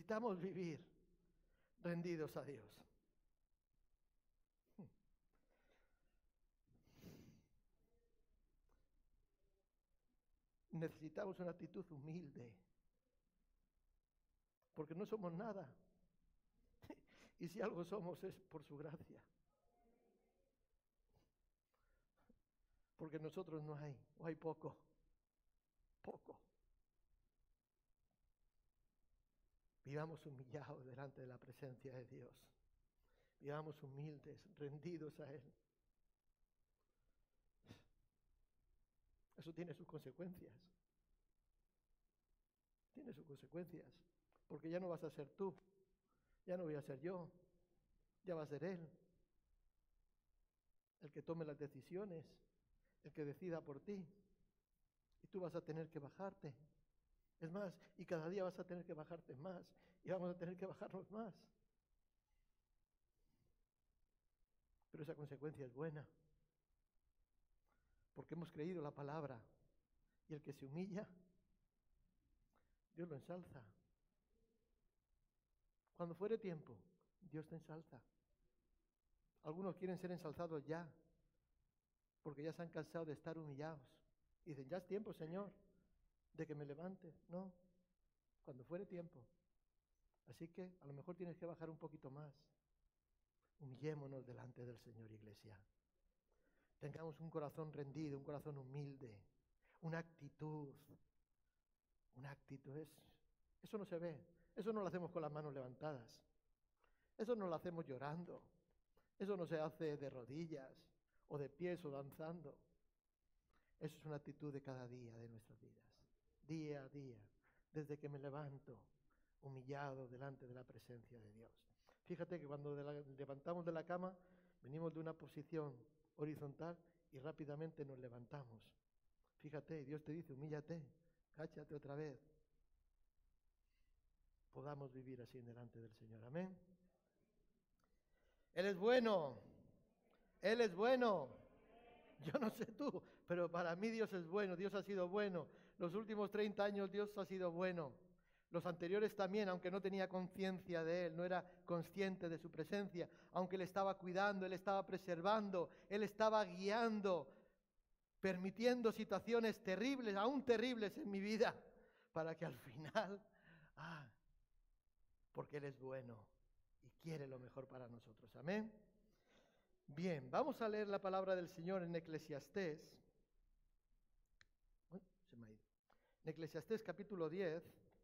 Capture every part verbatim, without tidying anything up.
Necesitamos vivir rendidos a Dios. Necesitamos una actitud humilde, porque no somos nada. Y si algo somos es por su gracia. Porque nosotros no hay, o hay poco, poco. Vivamos humillados delante de la presencia de Dios. Vivamos humildes, rendidos a Él. Eso tiene sus consecuencias. Tiene sus consecuencias. Porque ya no vas a ser tú, ya no voy a ser yo, ya va a ser Él. El que tome las decisiones, el que decida por ti. Y tú vas a tener que bajarte. Es más, y cada día vas a tener que bajarte más. Y vamos a tener que bajarnos más. Pero esa consecuencia es buena. Porque hemos creído la palabra. Y el que se humilla, Dios lo ensalza. Cuando fuere tiempo, Dios te ensalza. Algunos quieren ser ensalzados ya. Porque ya se han cansado de estar humillados. Y dicen, ya es tiempo, Señor, de que me levante. No, cuando fuere tiempo. Así que a lo mejor tienes que bajar un poquito más. Humillémonos delante del Señor, iglesia. Tengamos un corazón rendido, un corazón humilde, una actitud. Una actitud es, eso no se ve, eso no lo hacemos con las manos levantadas. Eso no lo hacemos llorando. Eso no se hace de rodillas o de pies o danzando. Eso es una actitud de cada día de nuestras vidas. Día a día, desde que me levanto, humillado delante de la presencia de Dios. Fíjate que cuando de la, levantamos de la cama, venimos de una posición horizontal y rápidamente nos levantamos. Fíjate, Dios te dice, humíllate, cáchate otra vez. Podamos vivir así delante del Señor. Amén. Él es bueno. Él es bueno. Yo no sé tú, pero para mí Dios es bueno. Dios ha sido bueno. Los últimos treinta años Dios ha sido bueno. Los anteriores también, aunque no tenía conciencia de Él, no era consciente de su presencia, aunque Él estaba cuidando, Él estaba preservando, Él estaba guiando, permitiendo situaciones terribles, aún terribles en mi vida, para que al final, ah, porque Él es bueno y quiere lo mejor para nosotros. Amén. Bien, vamos a leer la palabra del Señor en Eclesiastés. Uy, se me ha ido. En Eclesiastés capítulo diez.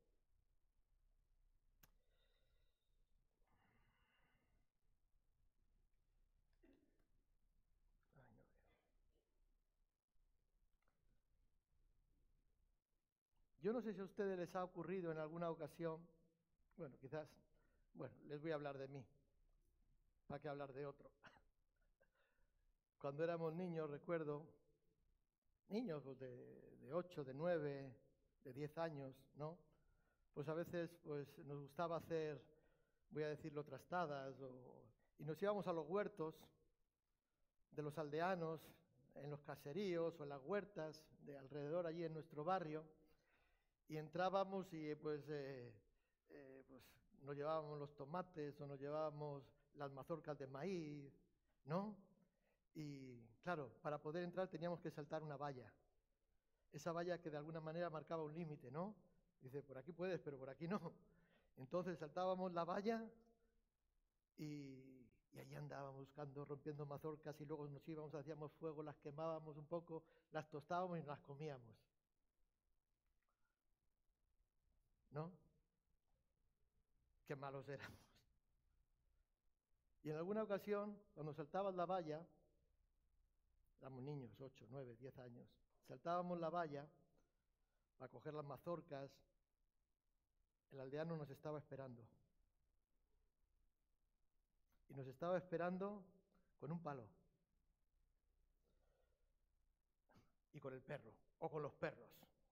Yo no sé si a ustedes les ha ocurrido en alguna ocasión, bueno, quizás, bueno, les voy a hablar de mí, para que hablar de otro. Cuando éramos niños, recuerdo, niños pues de, de ocho, de nueve, de diez años, ¿no? Pues a veces pues, nos gustaba hacer, voy a decirlo, trastadas, o, y nos íbamos a los huertos de los aldeanos, en los caseríos o en las huertas de alrededor allí en nuestro barrio, y entrábamos y pues, eh, eh, pues nos llevábamos los tomates o nos llevábamos las mazorcas de maíz, ¿no? Y claro, para poder entrar teníamos que saltar una valla. Esa valla que de alguna manera marcaba un límite, ¿no? Dice, por aquí puedes, pero por aquí no. Entonces saltábamos la valla y, y ahí andábamos buscando, rompiendo mazorcas y luego nos íbamos, hacíamos fuego, las quemábamos un poco, las tostábamos y las comíamos. ¿No? Qué malos éramos. Y en alguna ocasión, cuando saltabas la valla, éramos niños, ocho, nueve, diez años, saltábamos la valla para coger las mazorcas, el aldeano nos estaba esperando. Y nos estaba esperando con un palo. Y con el perro, o con los perros.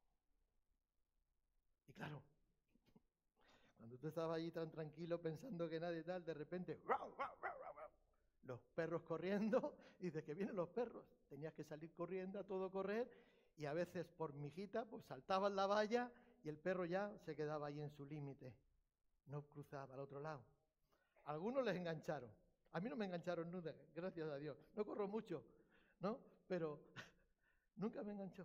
Y claro, cuando tú estabas allí tan tranquilo pensando que nadie tal, de repente, los perros corriendo, y dices que vienen los perros. Tenías que salir corriendo, a todo correr, y a veces por mijita, pues saltabas la valla y el perro ya se quedaba ahí en su límite. no cruzaba al otro lado. Algunos les engancharon. A mí no me engancharon nunca, gracias a Dios. No corro mucho, ¿no? Pero nunca me enganchó.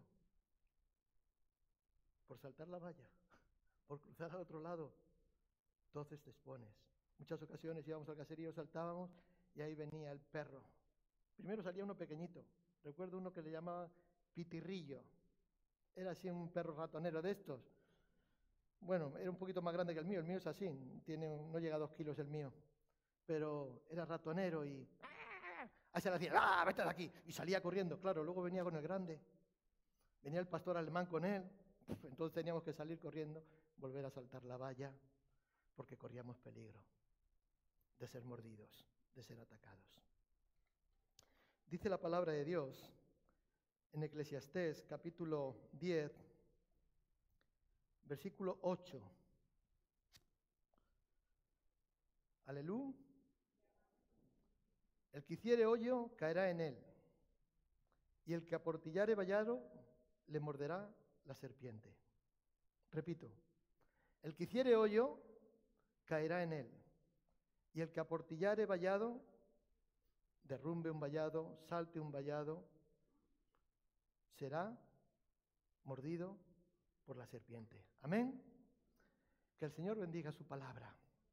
Por saltar la valla, por cruzar al otro lado, entonces te expones. Muchas ocasiones íbamos al caserío, saltábamos y ahí venía el perro. Primero salía uno pequeñito. Recuerdo uno que le llamaba Pitirrillo. Era así un perro ratonero de estos. Bueno, era un poquito más grande que el mío. El mío es así, tiene, no llega a dos kilos el mío. Pero era ratonero y... Ahí se le decía, ¡ah, vete de aquí! Y salía corriendo. Claro, luego venía con el grande. Venía el pastor alemán con él. Entonces teníamos que salir corriendo, volver a saltar la valla, porque corríamos peligro de ser mordidos, de ser atacados. Dice la palabra de Dios en Eclesiastés capítulo diez, versículo ocho. Aleluya. El que hiciere hoyo caerá en él, y el que aportillare vallado le morderá la serpiente. Repito, el que hiciere hoyo caerá en él, y el que aportillare vallado, derrumbe un vallado, salte un vallado, será mordido por la serpiente. Amén. Que el Señor bendiga su palabra.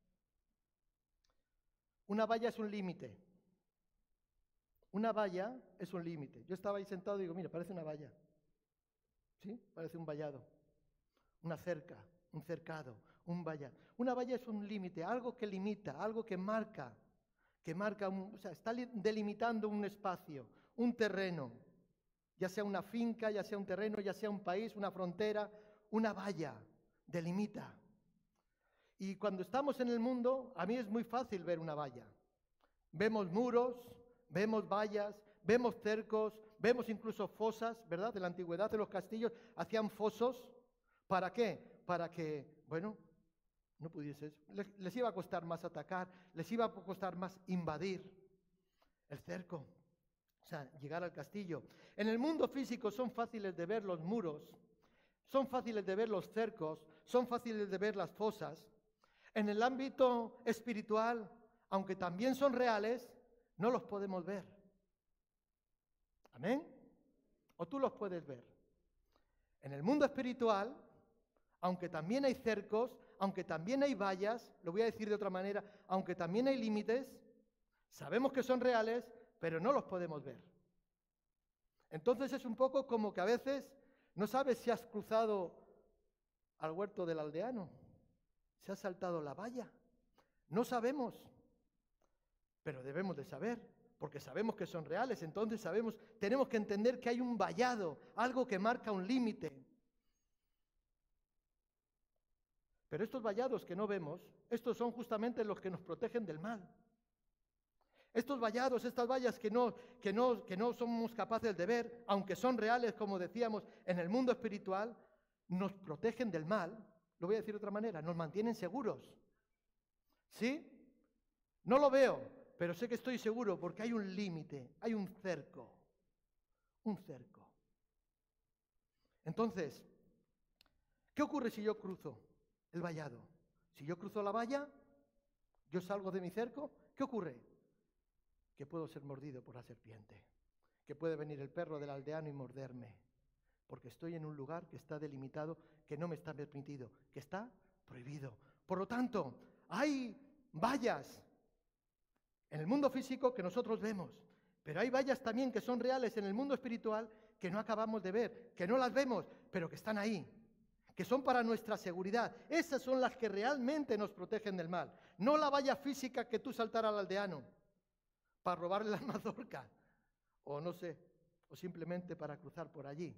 Una valla es un límite. Una valla es un límite. Yo estaba ahí sentado y digo, mira, parece una valla. ¿Sí? Parece un vallado. Una cerca, un cercado, un valla. Una valla es un límite, algo que limita, algo que marca, que marca, un, o sea, está delimitando un espacio, un terreno, ya sea una finca, ya sea un terreno, ya sea un país, una frontera, una valla, delimita. Y cuando estamos en el mundo, a mí es muy fácil ver una valla. Vemos muros, vemos vallas, vemos cercos, vemos incluso fosas, ¿verdad? De la antigüedad, de los castillos, hacían fosos. ¿Para qué? Para que, bueno, no pudiese, les, les iba a costar más atacar, les iba a costar más invadir el cerco, o sea, llegar al castillo. En el mundo físico son fáciles de ver los muros, son fáciles de ver los cercos, son fáciles de ver las fosas. En el ámbito espiritual, aunque también son reales, no los podemos ver. ¿Amén? ¿O tú los puedes ver? En el mundo espiritual, aunque también hay cercos, aunque también hay vallas, lo voy a decir de otra manera, aunque también hay límites, sabemos que son reales, pero no los podemos ver. Entonces es un poco como que a veces no sabes si has cruzado al huerto del aldeano, si has saltado la valla. No sabemos, pero debemos de saber, porque sabemos que son reales. Entonces sabemos, tenemos que entender que hay un vallado, algo que marca un límite. Pero estos vallados que no vemos, estos son justamente los que nos protegen del mal. Estos vallados, estas vallas que no, que no, que no somos capaces de ver, aunque son reales, como decíamos, en el mundo espiritual, nos protegen del mal. Lo voy a decir de otra manera, nos mantienen seguros. ¿Sí? No lo veo, pero sé que estoy seguro porque hay un límite, hay un cerco. Un cerco. Entonces, ¿qué ocurre si yo cruzo el vallado? Si yo cruzo la valla, yo salgo de mi cerco, ¿qué ocurre? Que puedo ser mordido por la serpiente, que puede venir el perro del aldeano y morderme, porque estoy en un lugar que está delimitado, que no me está permitido, que está prohibido. Por lo tanto, hay vallas en el mundo físico que nosotros vemos, pero hay vallas también que son reales en el mundo espiritual que no acabamos de ver, que no las vemos, pero que están ahí, que son para nuestra seguridad. Esas son las que realmente nos protegen del mal. No la valla física que tú saltar al aldeano para robarle la mazorca, o no sé, o simplemente para cruzar por allí.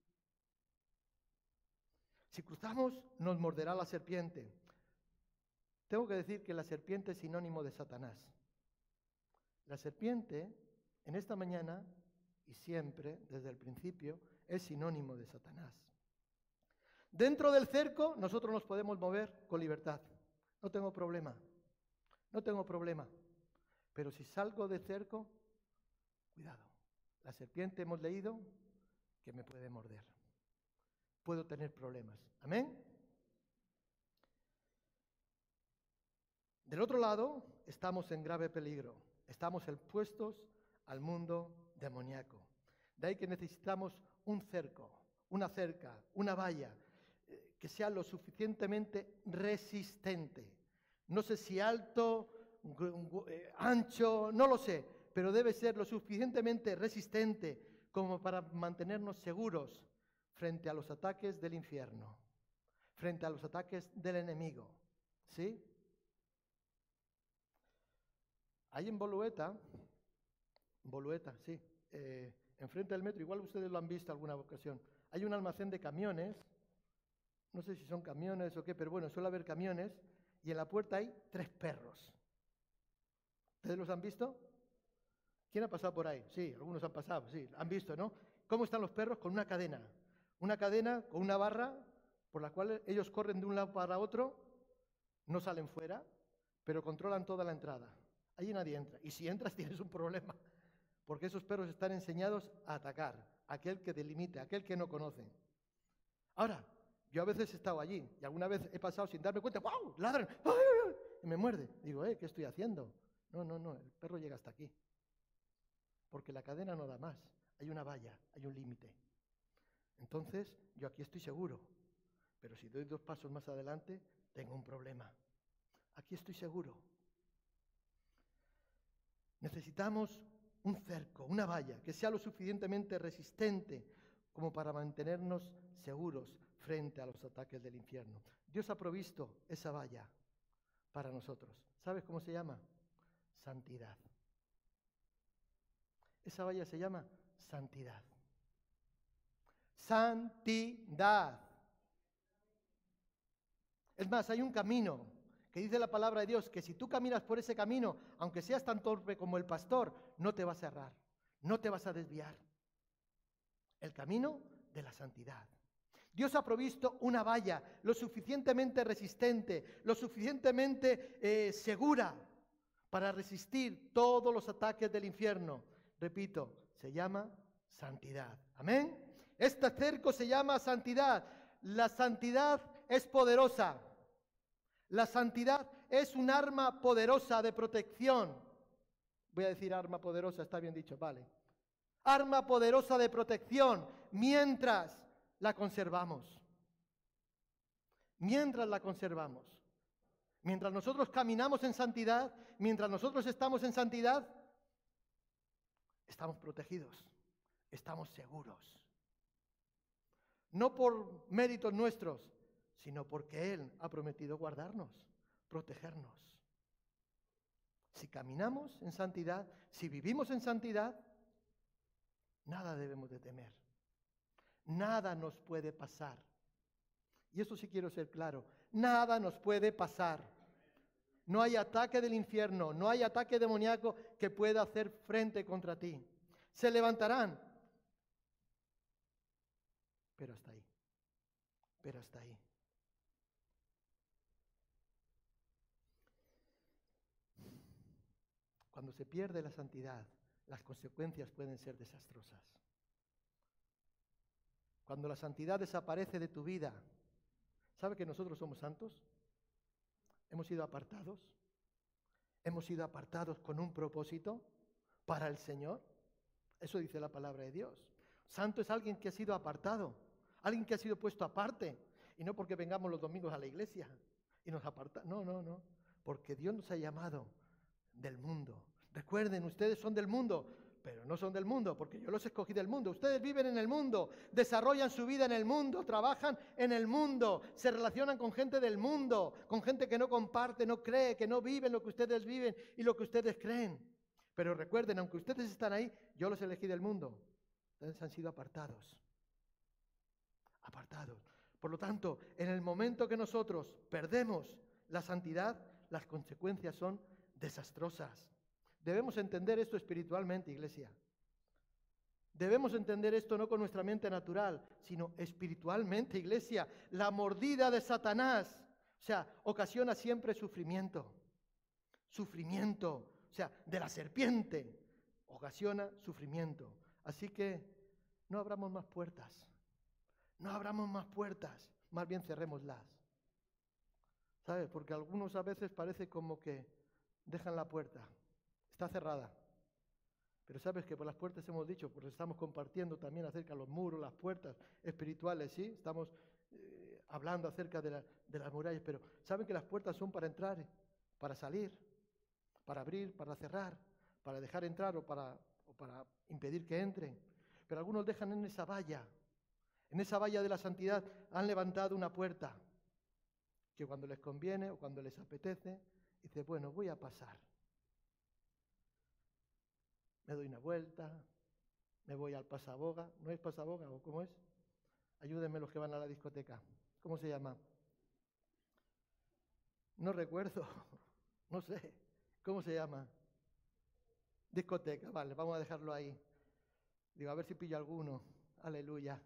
Si cruzamos, nos morderá la serpiente. Tengo que decir que la serpiente es sinónimo de Satanás. La serpiente, en esta mañana y siempre, desde el principio, es sinónimo de Satanás. Dentro del cerco, nosotros nos podemos mover con libertad. No tengo problema. No tengo problema. Pero si salgo del cerco, cuidado. La serpiente hemos leído que me puede morder. Puedo tener problemas. ¿Amén? Del otro lado, estamos en grave peligro. Estamos expuestos al mundo demoníaco. De ahí que necesitamos un cerco, una cerca, una valla, eh, que sea lo suficientemente resistente. No sé si alto, eh, ancho, no lo sé, pero debe ser lo suficientemente resistente como para mantenernos seguros frente a los ataques del infierno, frente a los ataques del enemigo. ¿Sí? Hay en Bolueta, Bolueta, sí, eh, enfrente del metro, igual ustedes lo han visto alguna ocasión, hay un almacén de camiones, no sé si son camiones o qué, pero bueno, suele haber camiones, y en la puerta hay tres perros. ¿Ustedes los han visto? ¿Quién ha pasado por ahí? Sí, algunos han pasado, sí, han visto, ¿no? ¿Cómo están los perros? Con una cadena, una cadena con una barra por la cual ellos corren de un lado para otro, no salen fuera, pero controlan toda la entrada. Allí nadie entra. Y si entras tienes un problema, porque esos perros están enseñados a atacar a aquel que delimite, a aquel que no conoce. Ahora, yo a veces he estado allí y alguna vez he pasado sin darme cuenta, ¡wow! ¡Ladran! ¡Ay, ay, ay! Y me muerde. Digo, ¿eh? ¿Qué estoy haciendo? No, no, no, el perro llega hasta aquí. Porque la cadena no da más. Hay una valla, hay un límite. Entonces, yo aquí estoy seguro. Pero si doy dos pasos más adelante, tengo un problema. Aquí estoy seguro. Necesitamos un cerco, una valla, que sea lo suficientemente resistente como para mantenernos seguros frente a los ataques del infierno. Dios ha provisto esa valla para nosotros. ¿Sabes cómo se llama? Santidad. Esa valla se llama santidad. Santidad. Es más, hay un camino que dice la palabra de Dios, que si tú caminas por ese camino, aunque seas tan torpe como el pastor, no te vas a errar, no te vas a desviar. El camino de la santidad. Dios ha provisto una valla lo suficientemente resistente, lo suficientemente eh, segura para resistir todos los ataques del infierno. Repito, se llama santidad. ¿Amén? Este cerco se llama santidad. La santidad es poderosa. La santidad es un arma poderosa de protección. Voy a decir arma poderosa, está bien dicho, vale. Arma poderosa de protección mientras la conservamos. Mientras la conservamos. Mientras nosotros caminamos en santidad, mientras nosotros estamos en santidad, estamos protegidos, estamos seguros. No por méritos nuestros, sino porque Él ha prometido guardarnos, protegernos. Si caminamos en santidad, si vivimos en santidad, nada debemos de temer. Nada nos puede pasar. Y eso sí quiero ser claro, nada nos puede pasar. No hay ataque del infierno, no hay ataque demoníaco que pueda hacer frente contra ti. Se levantarán, pero hasta ahí, pero hasta ahí. Cuando se pierde la santidad, las consecuencias pueden ser desastrosas. Cuando la santidad desaparece de tu vida, ¿sabe que nosotros somos santos? Hemos sido apartados. Hemos sido apartados con un propósito para el Señor. Eso dice la palabra de Dios. Santo es alguien que ha sido apartado, alguien que ha sido puesto aparte. Y no porque vengamos los domingos a la iglesia y nos aparta. No, no, no. Porque Dios nos ha llamado del mundo. Recuerden, ustedes son del mundo, pero no son del mundo, porque yo los escogí del mundo. Ustedes viven en el mundo, desarrollan su vida en el mundo, trabajan en el mundo, se relacionan con gente del mundo, con gente que no comparte, no cree, que no vive lo que ustedes viven y lo que ustedes creen. Pero recuerden, aunque ustedes están ahí, yo los elegí del mundo. Ustedes han sido apartados. Apartados. Por lo tanto, en el momento que nosotros perdemos la santidad, las consecuencias son desastrosas. Debemos entender esto espiritualmente, iglesia. Debemos entender esto no con nuestra mente natural, sino espiritualmente, iglesia. La mordida de Satanás, o sea, ocasiona siempre sufrimiento. Sufrimiento, o sea, de la serpiente, ocasiona sufrimiento. Así que no abramos más puertas. No abramos más puertas, más bien cerrémoslas. ¿Sabes? Porque algunos a veces parece como que dejan la puerta, está cerrada. Pero sabes que por las puertas hemos dicho, pues estamos compartiendo también acerca de los muros, las puertas espirituales, ¿sí? Estamos eh, hablando acerca de, la, de las murallas, pero saben que las puertas son para entrar, para salir, para abrir, para cerrar, para dejar entrar o para, o para impedir que entren. Pero algunos dejan en esa valla, en esa valla de la santidad han levantado una puerta que cuando les conviene o cuando les apetece, dice, bueno, voy a pasar. Me doy una vuelta, me voy al pasaboga. ¿No es pasaboga o cómo es? Ayúdenme los que van a la discoteca. ¿Cómo se llama? No recuerdo, no sé. ¿Cómo se llama? Discoteca, vale, vamos a dejarlo ahí. Digo, a ver si pillo alguno. Aleluya.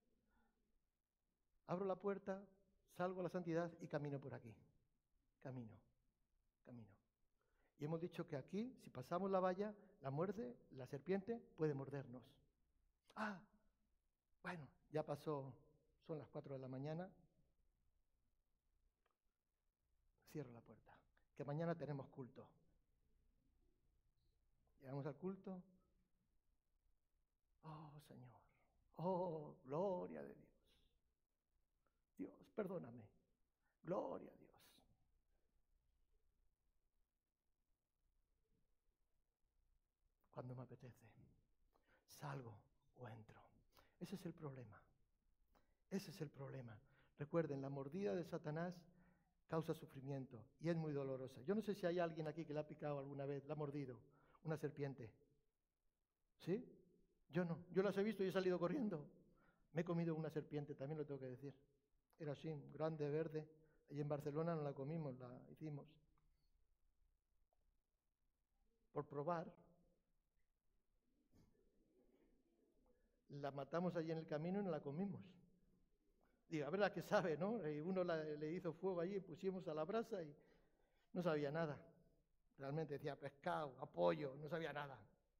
Abro la puerta, salgo a la santidad y camino por aquí. Camino, camino. Y hemos dicho que aquí, si pasamos la valla, la muerde, la serpiente puede mordernos. Ah, bueno, ya pasó, son las cuatro de la mañana. Cierro la puerta, que mañana tenemos culto. Llegamos al culto. Oh, Señor. Oh, gloria de Dios. Dios, perdóname. Gloria a Dios. Cuando me apetece, salgo o entro. Ese es el problema. Ese es el problema. Recuerden, la mordida de Satanás causa sufrimiento y es muy dolorosa. Yo no sé si hay alguien aquí que le ha picado alguna vez, la ha mordido, una serpiente. ¿Sí? Yo no. Yo las he visto y he salido corriendo. Me he comido una serpiente, también lo tengo que decir. Era así, grande, verde. Allí en Barcelona no la comimos, la hicimos. Por probar. La matamos allí en el camino y no la comimos. Digo, a ver la que sabe, ¿no? Y uno la, le hizo fuego allí, pusimos a la brasa y no sabía nada. Realmente decía pescado, a pollo, no sabía nada.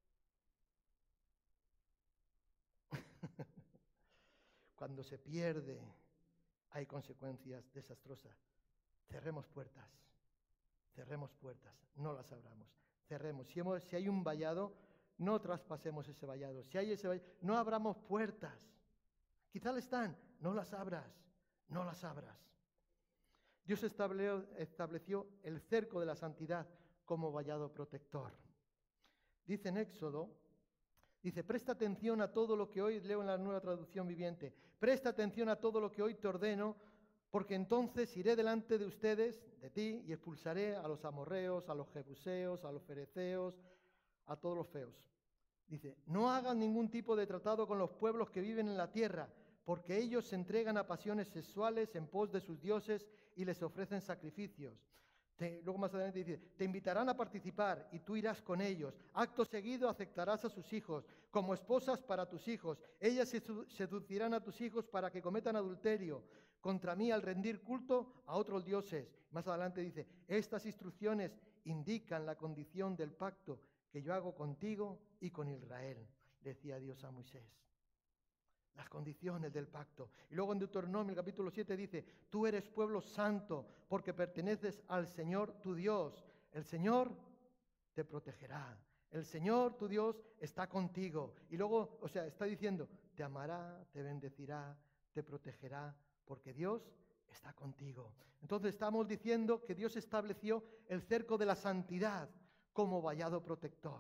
Cuando se pierde, hay consecuencias desastrosas. Cerremos puertas, cerremos puertas, no las abramos. Cerremos. Si, hemos, si hay un vallado, no traspasemos ese vallado. Si hay ese vallado, no abramos puertas. Quizá le están, no las abras, no las abras. Dios estableció, estableció el cerco de la santidad como vallado protector. Dice en Éxodo, dice, presta atención a todo lo que hoy, leo en la Nueva Traducción Viviente, presta atención a todo lo que hoy te ordeno, porque entonces iré delante de ustedes, de ti, y expulsaré a los amorreos, a los jebuseos, a los fereceos, a todos los feos. Dice, no hagan ningún tipo de tratado con los pueblos que viven en la tierra, porque ellos se entregan a pasiones sexuales en pos de sus dioses y les ofrecen sacrificios. Te, luego más adelante dice, te invitarán a participar y tú irás con ellos. Acto seguido aceptarás a sus hijos como esposas para tus hijos. Ellas seducirán a tus hijos para que cometan adulterio contra mí al rendir culto a otros dioses. Más adelante dice, estas instrucciones indican la condición del pacto que yo hago contigo y con Israel, decía Dios a Moisés. Las condiciones del pacto. Y luego en Deuteronomio, el capítulo siete dice, tú eres pueblo santo porque perteneces al Señor tu Dios. El Señor te protegerá. El Señor tu Dios está contigo. Y luego, o sea, está diciendo, te amará, te bendecirá, te protegerá, porque Dios está contigo. Entonces estamos diciendo que Dios estableció el cerco de la santidad como vallado protector.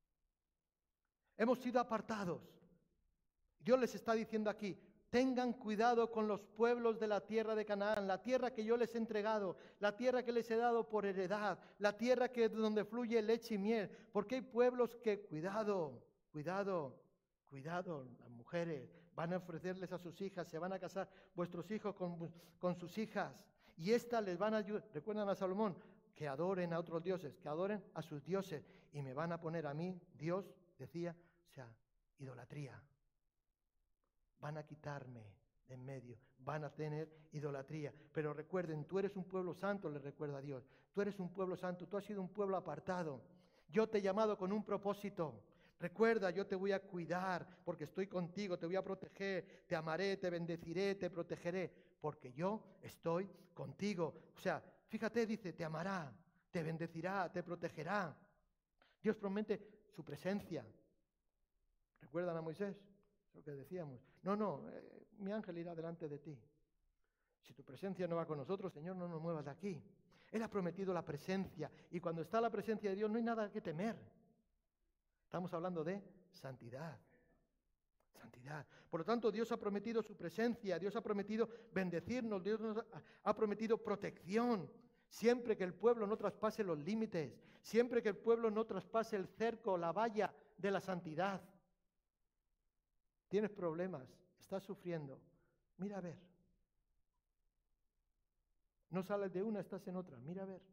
Hemos sido apartados. Dios les está diciendo aquí, tengan cuidado con los pueblos de la tierra de Canaán, la tierra que yo les he entregado, la tierra que les he dado por heredad, la tierra que donde fluye leche y miel, porque hay pueblos que, cuidado, cuidado, cuidado, las mujeres van a ofrecerles a sus hijas, se van a casar vuestros hijos con, con sus hijas, y éstas les van a ayudar, recuerdan a Salomón, que adoren a otros dioses, que adoren a sus dioses, y me van a poner a mí, Dios decía, o sea, idolatría. Van a quitarme de en medio, van a tener idolatría. Pero recuerden, tú eres un pueblo santo, les recuerda a Dios. Tú eres un pueblo santo, tú has sido un pueblo apartado. Yo te he llamado con un propósito. Recuerda, yo te voy a cuidar porque estoy contigo, te voy a proteger, te amaré, te bendeciré, te protegeré, porque yo estoy contigo. O sea, Fíjate, dice, te amará, te bendecirá, te protegerá. Dios promete su presencia. ¿Recuerdan a Moisés? Lo que decíamos. No, no, eh, mi ángel irá delante de ti. Si tu presencia no va con nosotros, Señor, no nos muevas de aquí. Él ha prometido la presencia. Y cuando está la presencia de Dios, no hay nada que temer. Estamos hablando de santidad. Santidad. Por lo tanto, Dios ha prometido su presencia. Dios ha prometido bendecirnos. Dios nos ha, ha prometido protección. Siempre que el pueblo no traspase los límites. Siempre que el pueblo no traspase el cerco, la valla de la santidad. Tienes problemas. Estás sufriendo. Mira a ver. No sales de una, estás en otra. Mira a ver.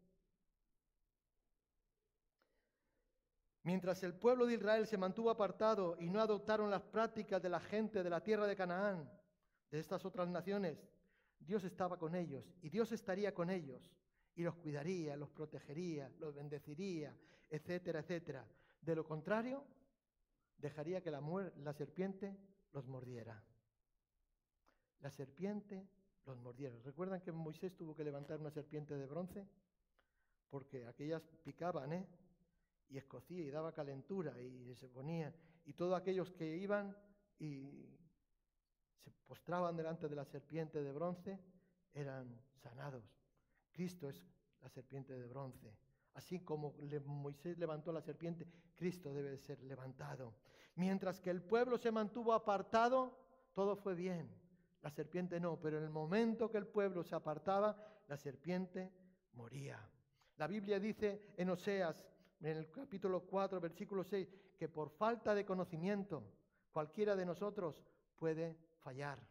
Mientras el pueblo de Israel se mantuvo apartado y no adoptaron las prácticas de la gente de la tierra de Canaán, de estas otras naciones, Dios estaba con ellos y Dios estaría con ellos y los cuidaría, los protegería, los bendeciría, etcétera, etcétera. De lo contrario, dejaría que la, muer- la serpiente los mordiera. La serpiente los mordiera. ¿Recuerdan que Moisés tuvo que levantar una serpiente de bronce? Porque aquellas picaban, ¿eh? Y escocía y daba calentura y se ponía. Y todos aquellos que iban y se postraban delante de la serpiente de bronce eran sanados. Cristo es la serpiente de bronce. Así como Moisés levantó la serpiente, Cristo debe de ser levantado. Mientras que el pueblo se mantuvo apartado, todo fue bien. La serpiente no, pero en el momento que el pueblo se apartaba, la serpiente moría. La Biblia dice en Oseas, en el capítulo cuatro, versículo seis, que por falta de conocimiento, cualquiera de nosotros puede fallar.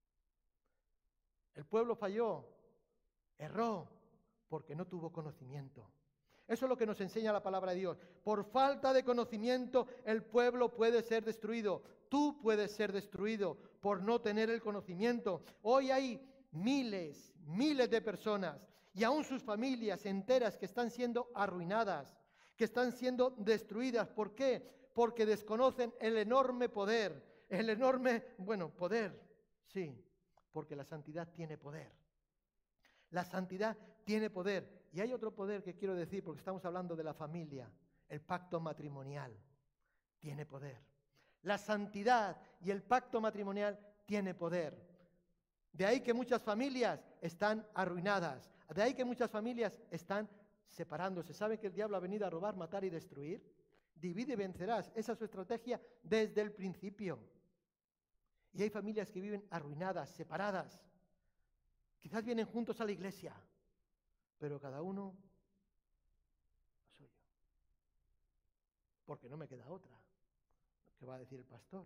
El pueblo falló, erró, porque no tuvo conocimiento. Eso es lo que nos enseña la palabra de Dios. Por falta de conocimiento, el pueblo puede ser destruido. Tú puedes ser destruido por no tener el conocimiento. Hoy hay miles, miles de personas y aún sus familias enteras que están siendo arruinadas, que están siendo destruidas. ¿Por qué? Porque desconocen el enorme poder, el enorme, bueno, poder, sí, porque la santidad tiene poder. La santidad tiene poder. Y hay otro poder que quiero decir, porque estamos hablando de la familia, el pacto matrimonial tiene poder. La santidad y el pacto matrimonial tiene poder. De ahí que muchas familias están arruinadas. De ahí que muchas familias están separándose. ¿Saben que el diablo ha venido a robar, matar y destruir? Divide y vencerás. Esa es su estrategia desde el principio. Y hay familias que viven arruinadas, separadas. Quizás vienen juntos a la iglesia, pero cada uno a suyo. Porque no me queda otra. ¿Qué va a decir el pastor?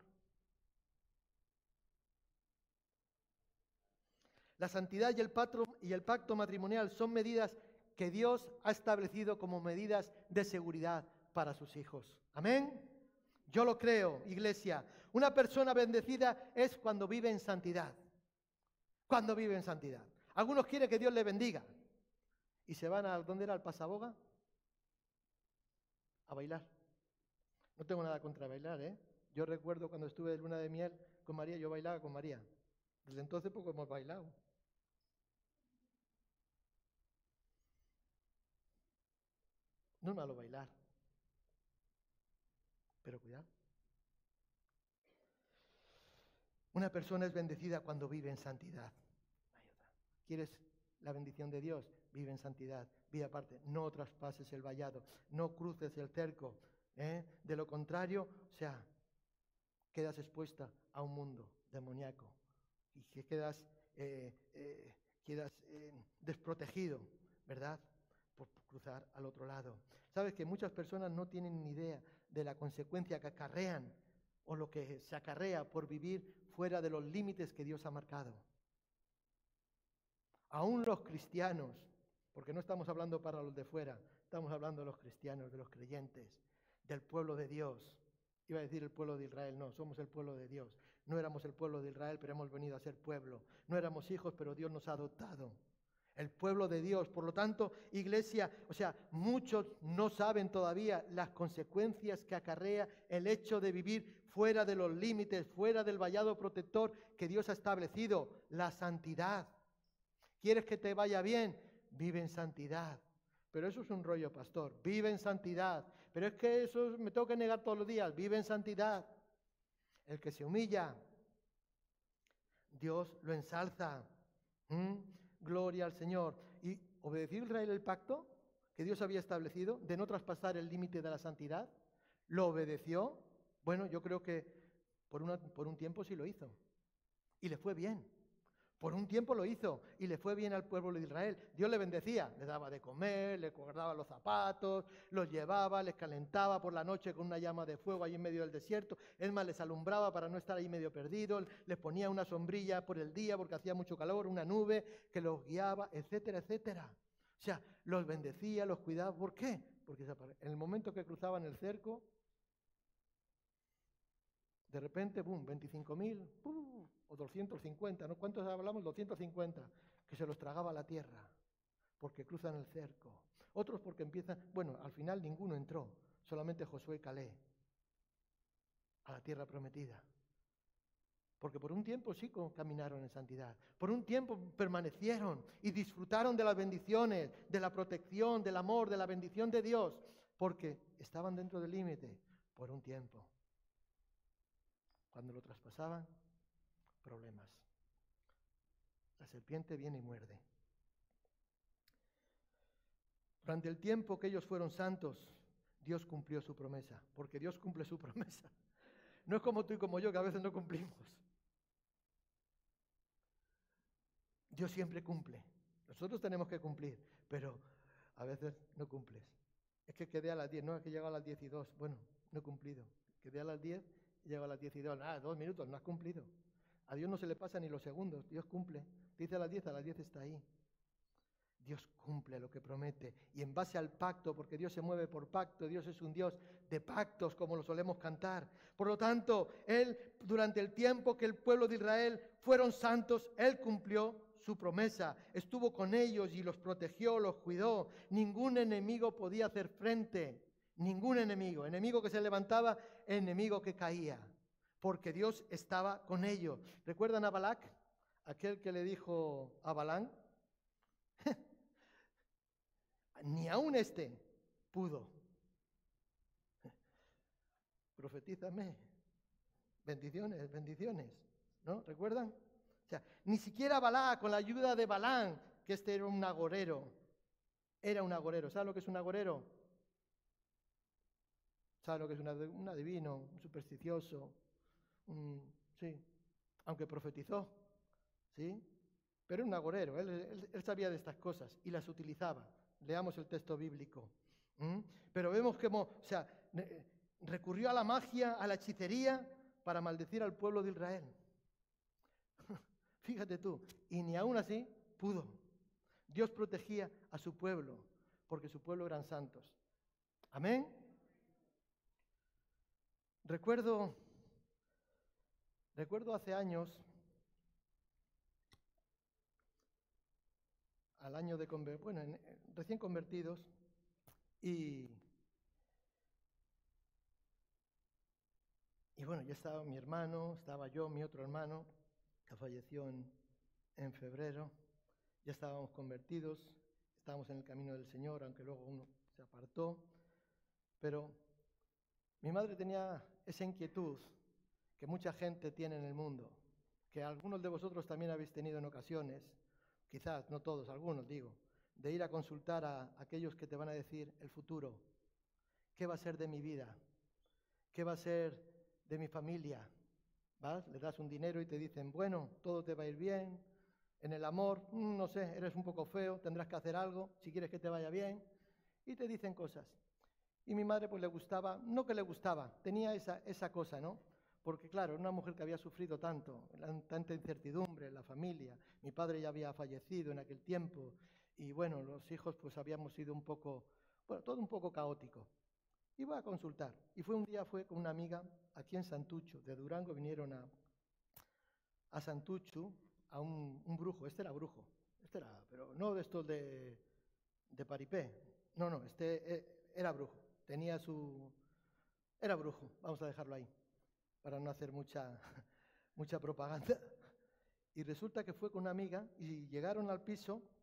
La santidad y el pacto, y el pacto matrimonial son medidas que Dios ha establecido como medidas de seguridad para sus hijos. ¿Amén? Yo lo creo, iglesia. Una persona bendecida es cuando vive en santidad. Cuando vive en santidad. Algunos quieren que Dios le bendiga. Y se van a, ¿dónde era? ¿Al Pasaboga? A bailar. No tengo nada contra bailar, ¿eh? Yo recuerdo cuando estuve de luna de miel con María, yo bailaba con María. Desde entonces poco hemos bailado. No es malo bailar. Pero cuidado. Una persona es bendecida cuando vive en santidad. ¿Quieres la bendición de Dios? Vive en santidad, vive aparte. No traspases el vallado, no cruces el cerco. ¿eh? De lo contrario, o sea, quedas expuesta a un mundo demoníaco y que quedas, eh, eh, quedas eh, desprotegido, ¿verdad? Por cruzar al otro lado. Sabes que muchas personas no tienen ni idea de la consecuencia que acarrean o lo que se acarrea por vivir fuera de los límites que Dios ha marcado. Aún los cristianos, porque no estamos hablando para los de fuera, estamos hablando de los cristianos, de los creyentes, del pueblo de Dios. Iba a decir el pueblo de Israel, no, somos el pueblo de Dios. No éramos el pueblo de Israel, pero hemos venido a ser pueblo. No éramos hijos, pero Dios nos ha adoptado. El pueblo de Dios. Por lo tanto, iglesia, o sea, muchos no saben todavía las consecuencias que acarrea el hecho de vivir fuera de los límites, fuera del vallado protector que Dios ha establecido, la santidad. ¿Quieres que te vaya bien? vive en santidad. Pero eso es un rollo, pastor. Vive en santidad. Pero es que eso me tengo que negar todos los días. Vive en santidad. El que se humilla, Dios lo ensalza. ¿Mm? Gloria al Señor. Y obedeció Israel el pacto que Dios había establecido de no traspasar el límite de la santidad. ¿Lo obedeció? Bueno, yo creo que por, una, por un tiempo sí lo hizo. Y le fue bien. Por un tiempo lo hizo y le fue bien al pueblo de Israel. Dios le bendecía, le daba de comer, le guardaba los zapatos, los llevaba, les calentaba por la noche con una llama de fuego ahí en medio del desierto. Es más, les alumbraba para no estar ahí medio perdidos, les ponía una sombrilla por el día porque hacía mucho calor, una nube que los guiaba, etcétera, etcétera. O sea, los bendecía, los cuidaba. ¿Por qué? Porque en el momento que cruzaban el cerco, de repente, boom, veinticinco mil, o doscientos cincuenta, ¿no? ¿Cuántos hablamos? doscientos cincuenta, que se los tragaba la tierra, porque cruzan el cerco. Otros porque empiezan, bueno, al final ninguno entró, solamente Josué y Caleb, a la tierra prometida. Porque por un tiempo sí caminaron en santidad, por un tiempo permanecieron y disfrutaron de las bendiciones, de la protección, del amor, de la bendición de Dios, porque estaban dentro del límite por un tiempo. Cuando lo traspasaban, problemas. La serpiente viene y muerde. Durante el tiempo que ellos fueron santos, Dios cumplió su promesa, porque Dios cumple su promesa. No es como tú y como yo, que a veces no cumplimos. Dios siempre cumple. Nosotros tenemos que cumplir, pero a veces no cumples. Es que quedé a las diez, no, es que llego a las diez y dos. Bueno, no he cumplido. Quedé a las diez y llego a las diez y dos. Ah, dos minutos, no has cumplido. A Dios no se le pasa ni los segundos, Dios cumple. Dice a las diez, a las diez está ahí. Dios cumple lo que promete. Y en base al pacto, porque Dios se mueve por pacto, Dios es un Dios de pactos, como lo solemos cantar. Por lo tanto, Él, durante el tiempo que el pueblo de Israel fueron santos, Él cumplió su promesa. Estuvo con ellos y los protegió, los cuidó. Ningún enemigo podía hacer frente. Ningún enemigo. Enemigo que se levantaba, enemigo que caía. Porque Dios estaba con ellos. ¿Recuerdan a Balac? Aquel que le dijo a Balán, ni aún este pudo. Profetízame. Bendiciones, bendiciones. ¿No? ¿Recuerdan? O sea, ni siquiera Balac, con la ayuda de Balán, que este era un agorero. Era un agorero. ¿Sabes lo que es un agorero? ¿Sabes lo que es un, un adivino, un supersticioso? Un, sí, aunque profetizó, ¿sí? Pero era un agorero, él, él, él sabía de estas cosas y las utilizaba. Leamos el texto bíblico. ¿Mm? Pero vemos cómo, o sea, recurrió a la magia, a la hechicería para maldecir al pueblo de Israel. Fíjate tú, y ni aún así pudo. Dios protegía a su pueblo, porque su pueblo eran santos. Amén. Recuerdo, recuerdo hace años, al año de conver- bueno, en, recién convertidos, y, y bueno, ya estaba mi hermano, estaba yo, mi otro hermano, que falleció en, en febrero, ya estábamos convertidos, estábamos en el camino del Señor, aunque luego uno se apartó, pero mi madre tenía esa inquietud que mucha gente tiene en el mundo, que algunos de vosotros también habéis tenido en ocasiones, quizás, no todos, algunos digo, de ir a consultar a aquellos que te van a decir el futuro. ¿Qué va a ser de mi vida? ¿Qué va a ser de mi familia? ¿Vas? Le das un dinero y te dicen, bueno, todo te va a ir bien. En el amor, mmm, no sé, eres un poco feo, tendrás que hacer algo si quieres que te vaya bien. Y te dicen cosas. Y mi madre pues le gustaba, no que le gustaba, tenía esa, esa cosa, ¿no? Porque claro, era una mujer que había sufrido tanto, tanta incertidumbre en la familia. Mi padre ya había fallecido en aquel tiempo y bueno, los hijos pues habíamos sido un poco, bueno, todo un poco caótico. Iba a consultar y fue un día, fue con una amiga aquí en Santucho, de Durango vinieron a, a Santucho, a un, un brujo, este era brujo, este era, pero no de estos de, de paripé, no, no, este era brujo, tenía su, era brujo, vamos a dejarlo ahí, para no hacer mucha, mucha propaganda. Y resulta que fue con una amiga y llegaron al piso,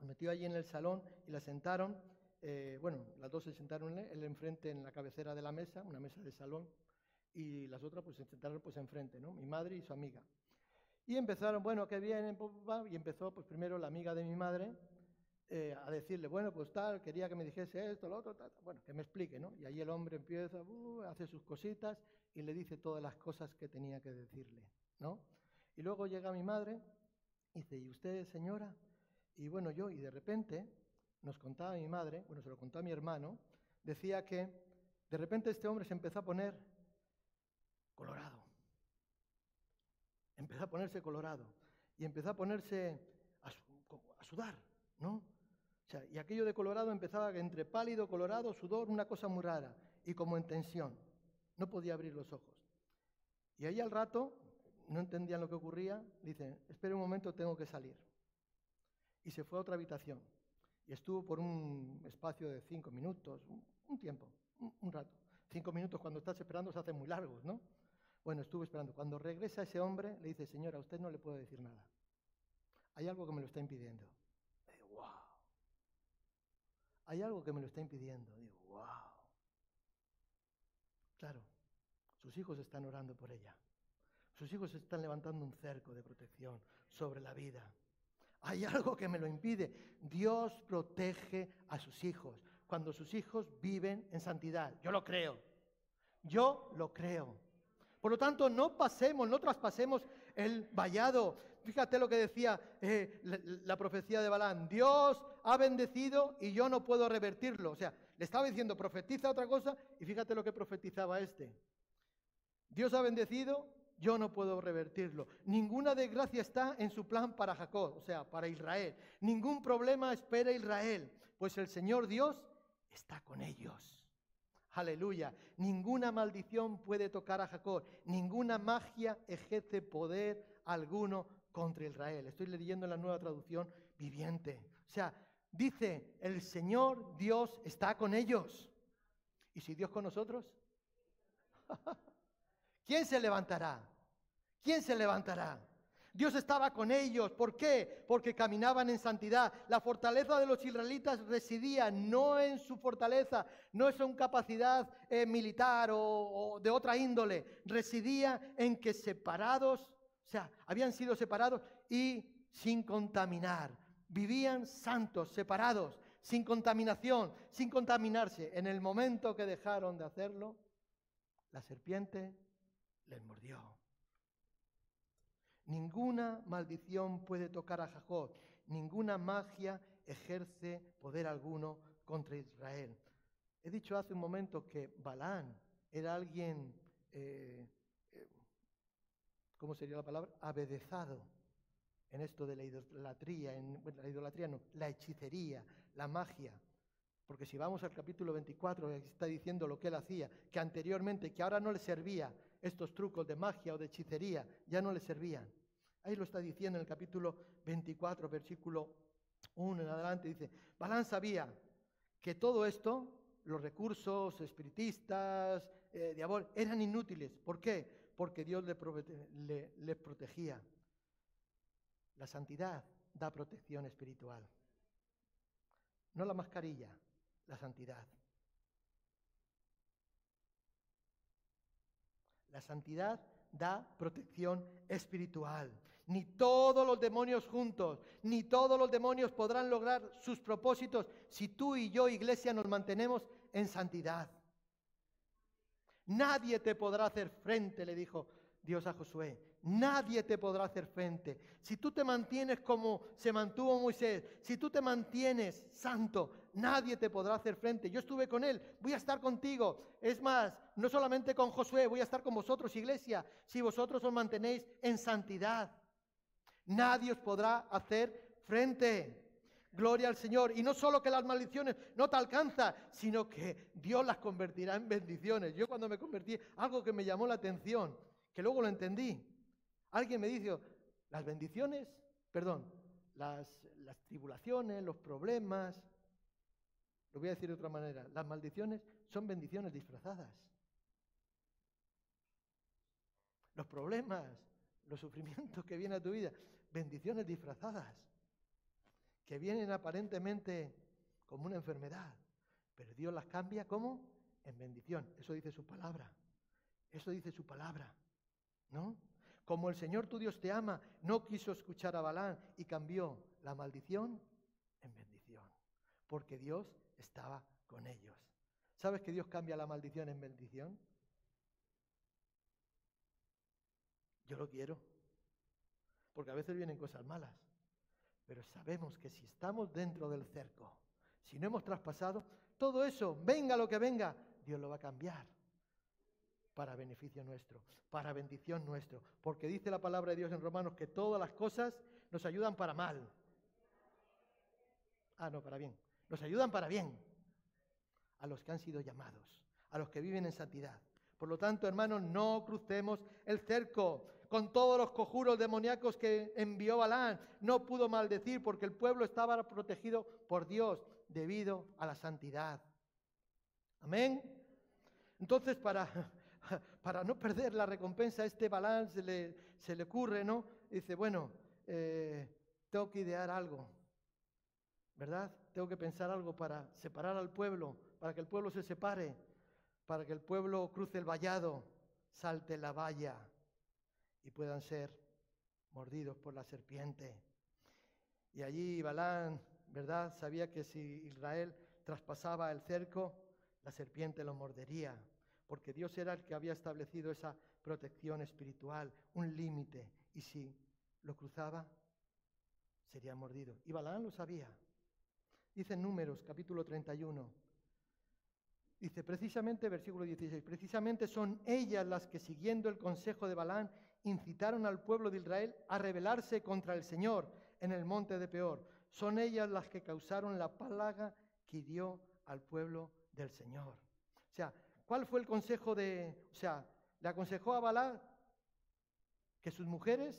Nos metió allí en el salón y la sentaron, eh, bueno, las dos se sentaron, él enfrente en la cabecera de la mesa, una mesa de salón, y las otras pues se sentaron pues enfrente, ¿no? Mi madre y su amiga. Y empezaron, bueno, ¿qué vienen? Y empezó pues primero la amiga de mi madre eh, a decirle, bueno, pues tal, quería que me dijese esto, lo otro, tal, tal, bueno, que me explique, ¿no? Y ahí el hombre empieza, uh, hace sus cositas y le dice todas las cosas que tenía que decirle, ¿no? Y luego llega mi madre y dice, ¿y usted, señora? Y bueno, yo, y de repente nos contaba mi madre, bueno, se lo contó a mi hermano, decía que de repente este hombre se empezó a poner colorado. Empezó a ponerse colorado y empezó a ponerse a, a sudar, ¿no? O sea, y aquello de colorado empezaba entre pálido, colorado, sudor, una cosa muy rara, y como en tensión. No podía abrir los ojos. Y ahí al rato, no entendían lo que ocurría, dice, espere un momento, tengo que salir. Y se fue a otra habitación. Y estuvo por un espacio de cinco minutos, un, un tiempo, un, un rato. Cinco minutos cuando estás esperando se hacen muy largos, ¿no? Bueno, estuve esperando. Cuando regresa ese hombre, le dice, señora, a usted no le puedo decir nada. Hay algo que me lo está impidiendo. Y digo, wow. Hay algo que me lo está impidiendo. Digo, wow. Claro, sus hijos están orando por ella. Sus hijos están levantando un cerco de protección sobre la vida. Hay algo que me lo impide. Dios protege a sus hijos cuando sus hijos viven en santidad. Yo lo creo. Yo lo creo. Por lo tanto, no pasemos, no traspasemos el vallado. Fíjate lo que decía eh, la, la profecía de Balaam. Dios ha bendecido y yo no puedo revertirlo. O sea, le estaba diciendo, profetiza otra cosa, y fíjate lo que profetizaba este. Dios ha bendecido, yo no puedo revertirlo. Ninguna desgracia está en su plan para Jacob, o sea, para Israel. Ningún problema espera a Israel, pues el Señor Dios está con ellos. Aleluya. Ninguna maldición puede tocar a Jacob. Ninguna magia ejerce poder alguno contra Israel. Estoy leyendo en la Nueva Traducción Viviente. O sea, dice, el Señor Dios está con ellos. ¿Y si Dios con nosotros? ¿Quién se levantará? ¿Quién se levantará? Dios estaba con ellos. ¿Por qué? Porque caminaban en santidad. La fortaleza de los israelitas residía no en su fortaleza, no en su capacidad eh, militar o, o de otra índole. Residía en que separados, o sea, habían sido separados y sin contaminar. Vivían santos, separados, sin contaminación, sin contaminarse. En el momento que dejaron de hacerlo, la serpiente les mordió. Ninguna maldición puede tocar a Jacob, ninguna magia ejerce poder alguno contra Israel. He dicho hace un momento que Balaam era alguien, eh, eh, ¿cómo sería la palabra? Abedezado en esto de la idolatría, en, bueno, la idolatría no, la hechicería, la magia. Porque si vamos al capítulo veinticuatro, está diciendo lo que él hacía, que anteriormente, que ahora no le servía estos trucos de magia o de hechicería, ya no le servían. Ahí lo está diciendo en el capítulo veinticuatro, versículo uno en adelante, dice, Balaam sabía que todo esto, los recursos espiritistas, eh, diabólicos, eran inútiles. ¿Por qué? Porque Dios le, le, le protegía. La santidad da protección espiritual. No la mascarilla, la santidad. La santidad da protección espiritual. Ni todos los demonios juntos, ni todos los demonios podrán lograr sus propósitos si tú y yo, iglesia, nos mantenemos en santidad. Nadie te podrá hacer frente, le dijo Dios a Josué. Nadie te podrá hacer frente. Si tú te mantienes como se mantuvo Moisés, si tú te mantienes santo, nadie te podrá hacer frente. Yo estuve con él, voy a estar contigo. Es más, no solamente con Josué, voy a estar con vosotros, iglesia, si vosotros os mantenéis en santidad. Nadie os podrá hacer frente. Gloria al Señor. Y no solo que las maldiciones no te alcanzan, sino que Dios las convertirá en bendiciones. Yo cuando me convertí, algo que me llamó la atención, que luego lo entendí. Alguien me dijo, las bendiciones, perdón, las, las tribulaciones, los problemas, lo voy a decir de otra manera, las maldiciones son bendiciones disfrazadas. Los problemas, los sufrimientos que vienen a tu vida, bendiciones disfrazadas. que vienen aparentemente como una enfermedad, pero Dios las cambia, ¿cómo? En bendición. Eso dice su palabra. Eso dice su palabra, ¿no? Como el Señor tu Dios te ama, no quiso escuchar a Balaam y cambió la maldición en bendición, porque Dios estaba con ellos. ¿Sabes que Dios cambia la maldición en bendición? Yo lo quiero, porque a veces vienen cosas malas, pero sabemos que si estamos dentro del cerco, si no hemos traspasado, todo eso, venga lo que venga, Dios lo va a cambiar para beneficio nuestro, para bendición nuestro, porque dice la palabra de Dios en Romanos que todas las cosas nos ayudan para mal. Ah, no, para bien. Nos ayudan para bien a los que han sido llamados, a los que viven en santidad. Por lo tanto, hermanos, no crucemos el cerco. Con todos los conjuros demoníacos que envió Balaam, no pudo maldecir porque el pueblo estaba protegido por Dios debido a la santidad. Amén. Entonces, para, para no perder la recompensa, a este Balaam se le, se le ocurre, ¿no? Dice, bueno, eh, tengo que idear algo, ¿verdad? Tengo que pensar algo para separar al pueblo, para que el pueblo se separe, para que el pueblo cruce el vallado, salte la valla y puedan ser mordidos por la serpiente. Y allí Balaam, ¿verdad? Sabía que si Israel traspasaba el cerco, la serpiente lo mordería, porque Dios era el que había establecido esa protección espiritual, un límite, y si lo cruzaba, sería mordido. Y Balaam lo sabía. Dice en Números, capítulo treinta y uno, dice precisamente, versículo dieciséis, precisamente son ellas las que, siguiendo el consejo de Balaam, incitaron al pueblo de Israel a rebelarse contra el Señor en el monte de Peor. Son ellas las que causaron la plaga que hirió al pueblo del Señor. O sea, ¿cuál fue el consejo de...? O sea, le aconsejó a Balaam que sus mujeres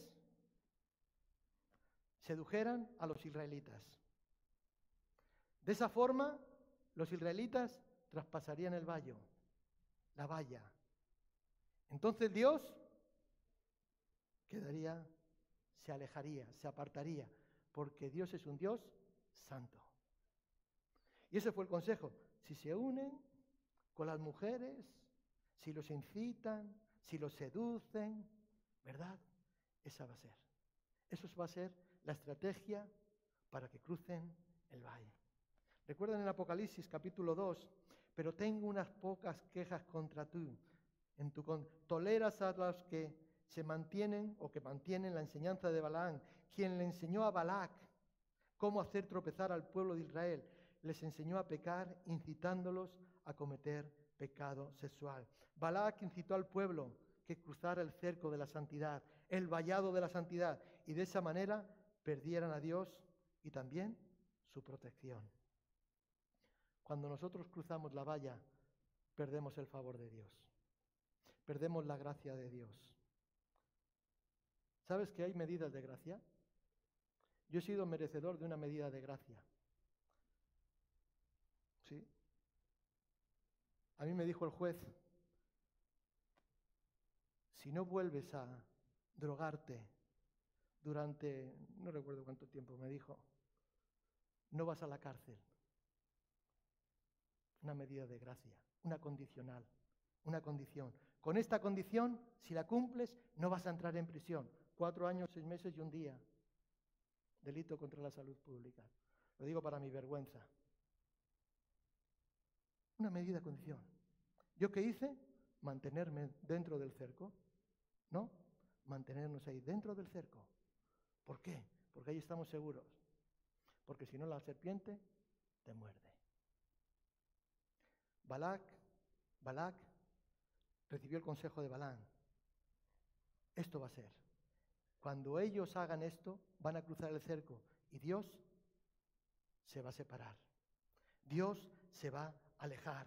sedujeran a los israelitas. De esa forma, los israelitas traspasarían el valle, la valla. Entonces Dios quedaría, se alejaría, se apartaría, porque Dios es un Dios santo. Y ese fue el consejo. Si se unen con las mujeres, si los incitan, si los seducen, ¿verdad? Esa va a ser. Eso va a ser la estrategia para que crucen el valle. Recuerdan en Apocalipsis capítulo dos, pero tengo unas pocas quejas contra tú. En tu con toleras a los que se mantienen o que mantienen la enseñanza de Balaam, quien le enseñó a Balac cómo hacer tropezar al pueblo de Israel. Les enseñó a pecar, incitándolos a cometer pecado sexual. Balac incitó al pueblo que cruzara el cerco de la santidad, el vallado de la santidad, y de esa manera perdieran a Dios y también su protección. Cuando nosotros cruzamos la valla, perdemos el favor de Dios. Perdemos la gracia de Dios. ¿Sabes que hay medidas de gracia? Yo he sido merecedor de una medida de gracia. ¿Sí? A mí me dijo el juez, si no vuelves a drogarte durante, no recuerdo cuánto tiempo me dijo, no vas a la cárcel. Una medida de gracia, una condicional, una condición. Con esta condición, si la cumples, no vas a entrar en prisión. Cuatro años, seis meses y un día. Delito contra la salud pública. Lo digo para mi vergüenza. Una medida de condición. ¿Yo qué hice? Mantenerme dentro del cerco. ¿No? Mantenernos ahí, dentro del cerco. ¿Por qué? Porque ahí estamos seguros. Porque si no, la serpiente te muerde. Balac, Balac recibió el consejo de Balaam. Esto va a ser. Cuando ellos hagan esto, van a cruzar el cerco y Dios se va a separar. Dios se va a alejar.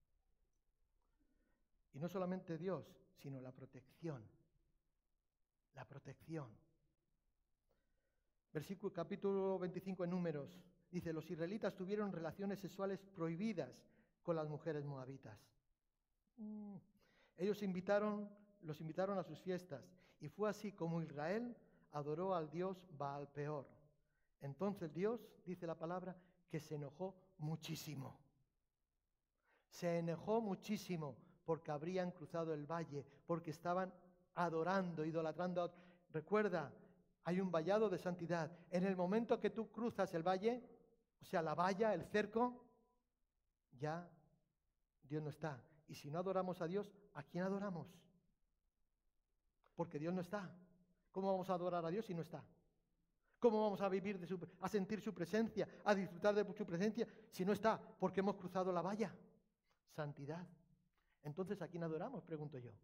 Y no solamente Dios, sino la protección. La protección. Versículo capítulo veinticinco en Números. Dice, los israelitas tuvieron relaciones sexuales prohibidas con las mujeres moabitas. Mm. Ellos invitaron, los invitaron a sus fiestas, y fue así como Israel adoró al dios Baal Peor, Entonces Dios, dice la palabra, que se enojó muchísimo. Se enojó muchísimo porque habrían cruzado el valle, porque estaban adorando, idolatrando a otros. Recuerda, hay un vallado de santidad. En el momento que tú cruzas el valle, o sea, la valla, el cerco, ya Dios no está. Y si no adoramos a Dios, ¿a quién adoramos? Porque Dios no está. ¿Cómo vamos a adorar a Dios si no está? ¿Cómo vamos a vivir, de su, a sentir su presencia, a disfrutar de su presencia si no está? Porque hemos cruzado la valla. Santidad. Entonces, ¿a quién adoramos? Pregunto yo.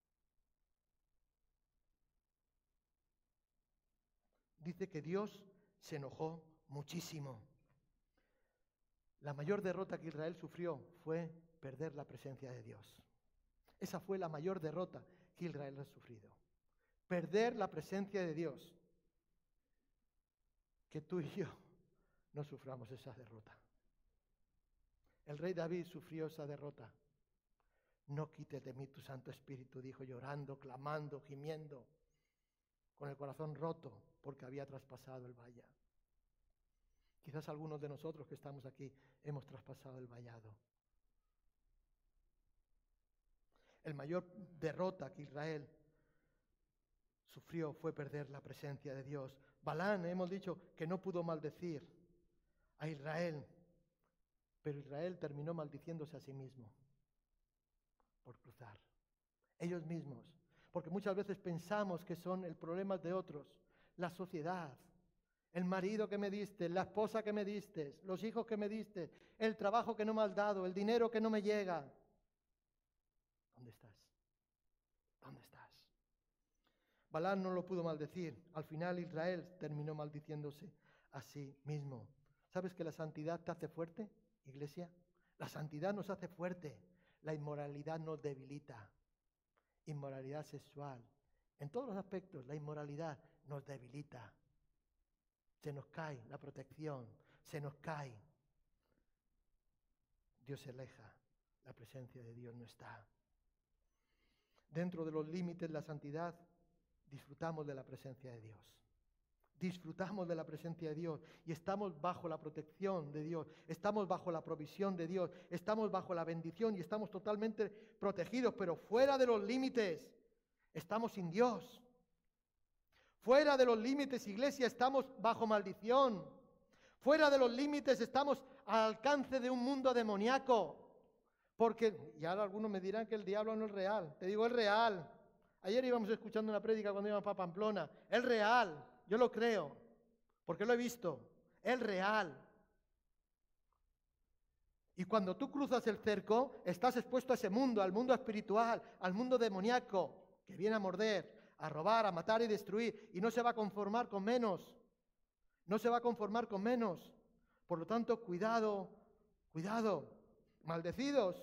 Dice que Dios se enojó muchísimo. La mayor derrota que Israel sufrió fue perder la presencia de Dios. Esa fue la mayor derrota que Israel ha sufrido. Perder la presencia de Dios. Que tú y yo no suframos esa derrota. El rey David sufrió esa derrota. No quites de mí tu Santo Espíritu, dijo llorando, clamando, gimiendo, con el corazón roto porque había traspasado el valle. Quizás algunos de nosotros que estamos aquí hemos traspasado el vallado. El mayor derrota que Israel sufrió fue perder la presencia de Dios. Balán, hemos dicho que no pudo maldecir a Israel, pero Israel terminó maldiciéndose a sí mismo por cruzar. Ellos mismos, porque muchas veces pensamos que son el problema de otros, la sociedad, el marido que me diste, la esposa que me diste, los hijos que me diste, el trabajo que no me has dado, el dinero que no me llega. ¿Dónde estás? ¿Dónde estás? Balán no lo pudo maldecir. Al final Israel terminó maldiciéndose a sí mismo. ¿Sabes que la santidad te hace fuerte, iglesia? La santidad nos hace fuerte. La inmoralidad nos debilita. Inmoralidad sexual. En todos los aspectos, la inmoralidad nos debilita. Se nos cae la protección. Se nos cae. Dios se aleja. La presencia de Dios no está. Dentro de los límites de la santidad, disfrutamos de la presencia de Dios. Disfrutamos de la presencia de Dios y estamos bajo la protección de Dios, estamos bajo la provisión de Dios, estamos bajo la bendición y estamos totalmente protegidos, pero fuera de los límites estamos sin Dios. Fuera de los límites, iglesia, estamos bajo maldición. Fuera de los límites estamos al alcance de un mundo demoníaco. Porque, y ahora algunos me dirán que el diablo no es real. Te digo, es real. Ayer íbamos escuchando una prédica cuando íbamos para Pamplona. Es real, yo lo creo, porque lo he visto. Es real. Y cuando tú cruzas el cerco, estás expuesto a ese mundo, al mundo espiritual, al mundo demoníaco, que viene a morder, a robar, a matar y destruir. Y no se va a conformar con menos. No se va a conformar con menos. Por lo tanto, cuidado, cuidado. Maldecidos.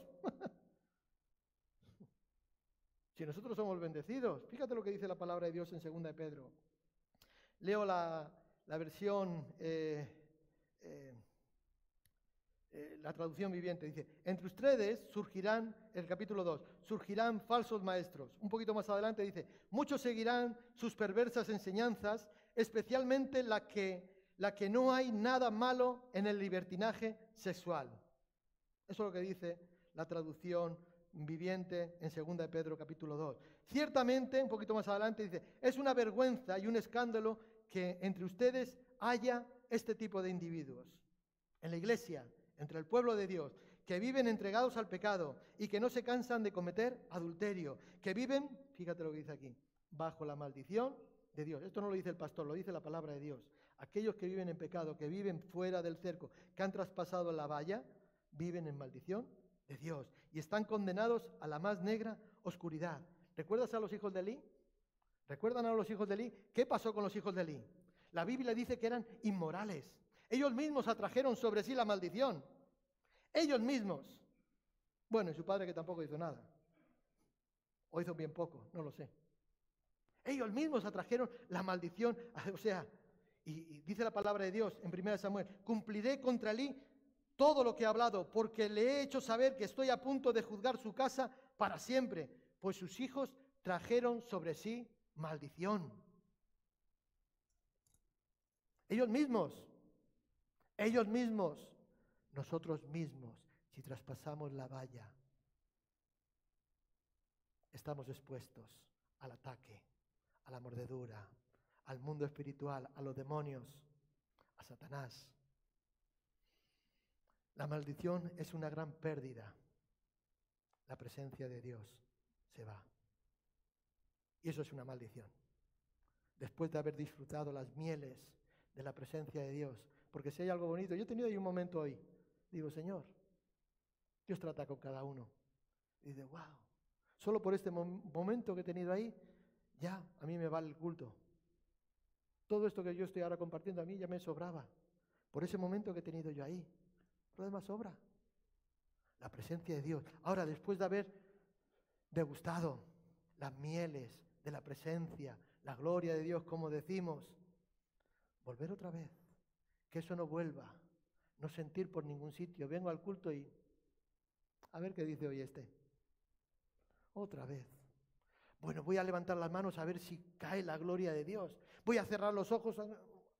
Si nosotros somos bendecidos, fíjate lo que dice la palabra de Dios en segunda de Pedro. Leo la, la versión, eh, eh, eh, la traducción viviente. Dice, entre ustedes surgirán, el capítulo dos, surgirán falsos maestros. Un poquito más adelante dice, muchos seguirán sus perversas enseñanzas, especialmente la que, la que no hay nada malo en el libertinaje sexual. Eso es lo que dice la traducción viviente en segunda de Pedro capítulo dos. Ciertamente, un poquito más adelante dice, es una vergüenza y un escándalo que entre ustedes haya este tipo de individuos. En la iglesia, entre el pueblo de Dios, que viven entregados al pecado y que no se cansan de cometer adulterio, que viven, fíjate lo que dice aquí, bajo la maldición de Dios. Esto no lo dice el pastor, lo dice la palabra de Dios. Aquellos que viven en pecado, que viven fuera del cerco, que han traspasado la valla, viven en maldición de Dios y están condenados a la más negra oscuridad. ¿Recuerdas a los hijos de Elí? ¿Recuerdan a los hijos de Elí? ¿Qué pasó con los hijos de Elí? La Biblia dice que eran inmorales. Ellos mismos atrajeron sobre sí la maldición. Ellos mismos. Bueno, y su padre que tampoco hizo nada. O hizo bien poco, no lo sé. Ellos mismos atrajeron la maldición. O sea, y, y dice la palabra de Dios en primera de Samuel, cumpliré contra Elí todo lo que he hablado, porque le he hecho saber que estoy a punto de juzgar su casa para siempre, pues sus hijos trajeron sobre sí maldición. Ellos mismos, ellos mismos, nosotros mismos, si traspasamos la valla, estamos expuestos al ataque, a la mordedura, al mundo espiritual, a los demonios, a Satanás. La maldición es una gran pérdida. La presencia de Dios se va. Y eso es una maldición. Después de haber disfrutado las mieles de la presencia de Dios. Porque si hay algo bonito, yo he tenido ahí un momento hoy. Digo, Señor, Dios trata con cada uno. Y dice, wow, solo por este mom- momento que he tenido ahí, ya a mí me vale el culto. Todo esto que yo estoy ahora compartiendo a mí ya me sobraba. Por ese momento que he tenido yo ahí. Lo demás sobra. La presencia de Dios. Ahora, después de haber degustado las mieles de la presencia, la gloria de Dios, como decimos, volver otra vez. Que eso no vuelva. No sentir por ningún sitio. Vengo al culto y a ver qué dice hoy este. Otra vez. Bueno, voy a levantar las manos a ver si cae la gloria de Dios. Voy a cerrar los ojos a...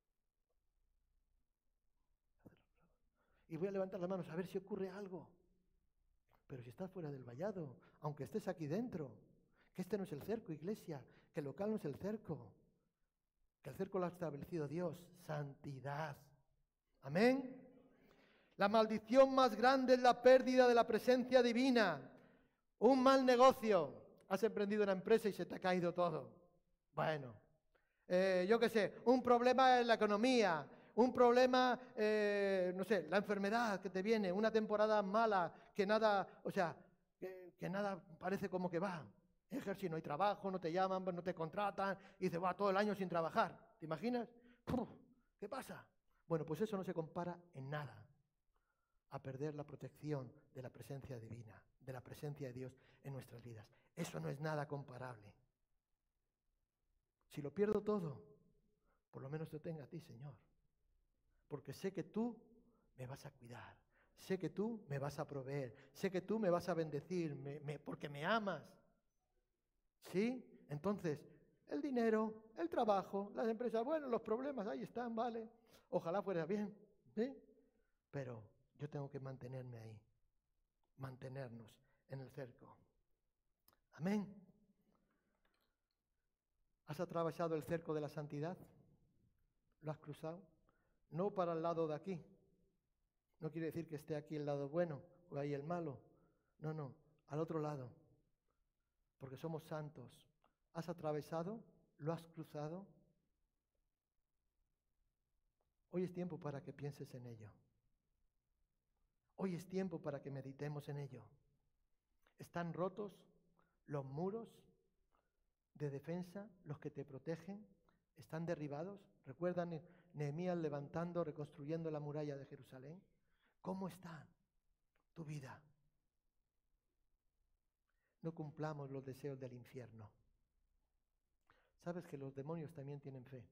y voy a levantar las manos a ver si ocurre algo. Pero si estás fuera del vallado, aunque estés aquí dentro, que este no es el cerco, iglesia, que el local no es el cerco, que el cerco lo ha establecido Dios, santidad. Amén. La maldición más grande es la pérdida de la presencia divina. Un mal negocio. Has emprendido una empresa y se te ha caído todo. Bueno, eh, yo qué sé, un problema en la economía, un problema, eh, no sé, la enfermedad que te viene, una temporada mala, que nada, o sea, que, que nada parece como que va. Ejerci, no hay trabajo, no te llaman, no te contratan, y dices, va todo el año sin trabajar. ¿Te imaginas? ¡Puf! ¿Qué pasa? Bueno, pues eso no se compara en nada a perder la protección de la presencia divina, de la presencia de Dios en nuestras vidas. Eso no es nada comparable. Si lo pierdo todo, por lo menos te tenga a ti, Señor. Porque sé que tú me vas a cuidar, sé que tú me vas a proveer, sé que tú me vas a bendecir, me, me, porque me amas. ¿Sí? Entonces, el dinero, el trabajo, las empresas, bueno, los problemas ahí están, ¿vale? Ojalá fuera bien, ¿sí? Pero yo tengo que mantenerme ahí, mantenernos en el cerco. Amén. ¿Has atravesado el cerco de la santidad? ¿Lo has cruzado? No para el lado de aquí. No quiere decir que esté aquí el lado bueno o ahí el malo. No, no, al otro lado. Porque somos santos. ¿Has atravesado? ¿Lo has cruzado? Hoy es tiempo para que pienses en ello. Hoy es tiempo para que meditemos en ello. ¿Están rotos los muros de defensa, los que te protegen? ¿Están derribados? ¿Recuerdan Nehemías levantando, reconstruyendo la muralla de Jerusalén? ¿Cómo está tu vida? No cumplamos los deseos del infierno. ¿Sabes que los demonios también tienen fe?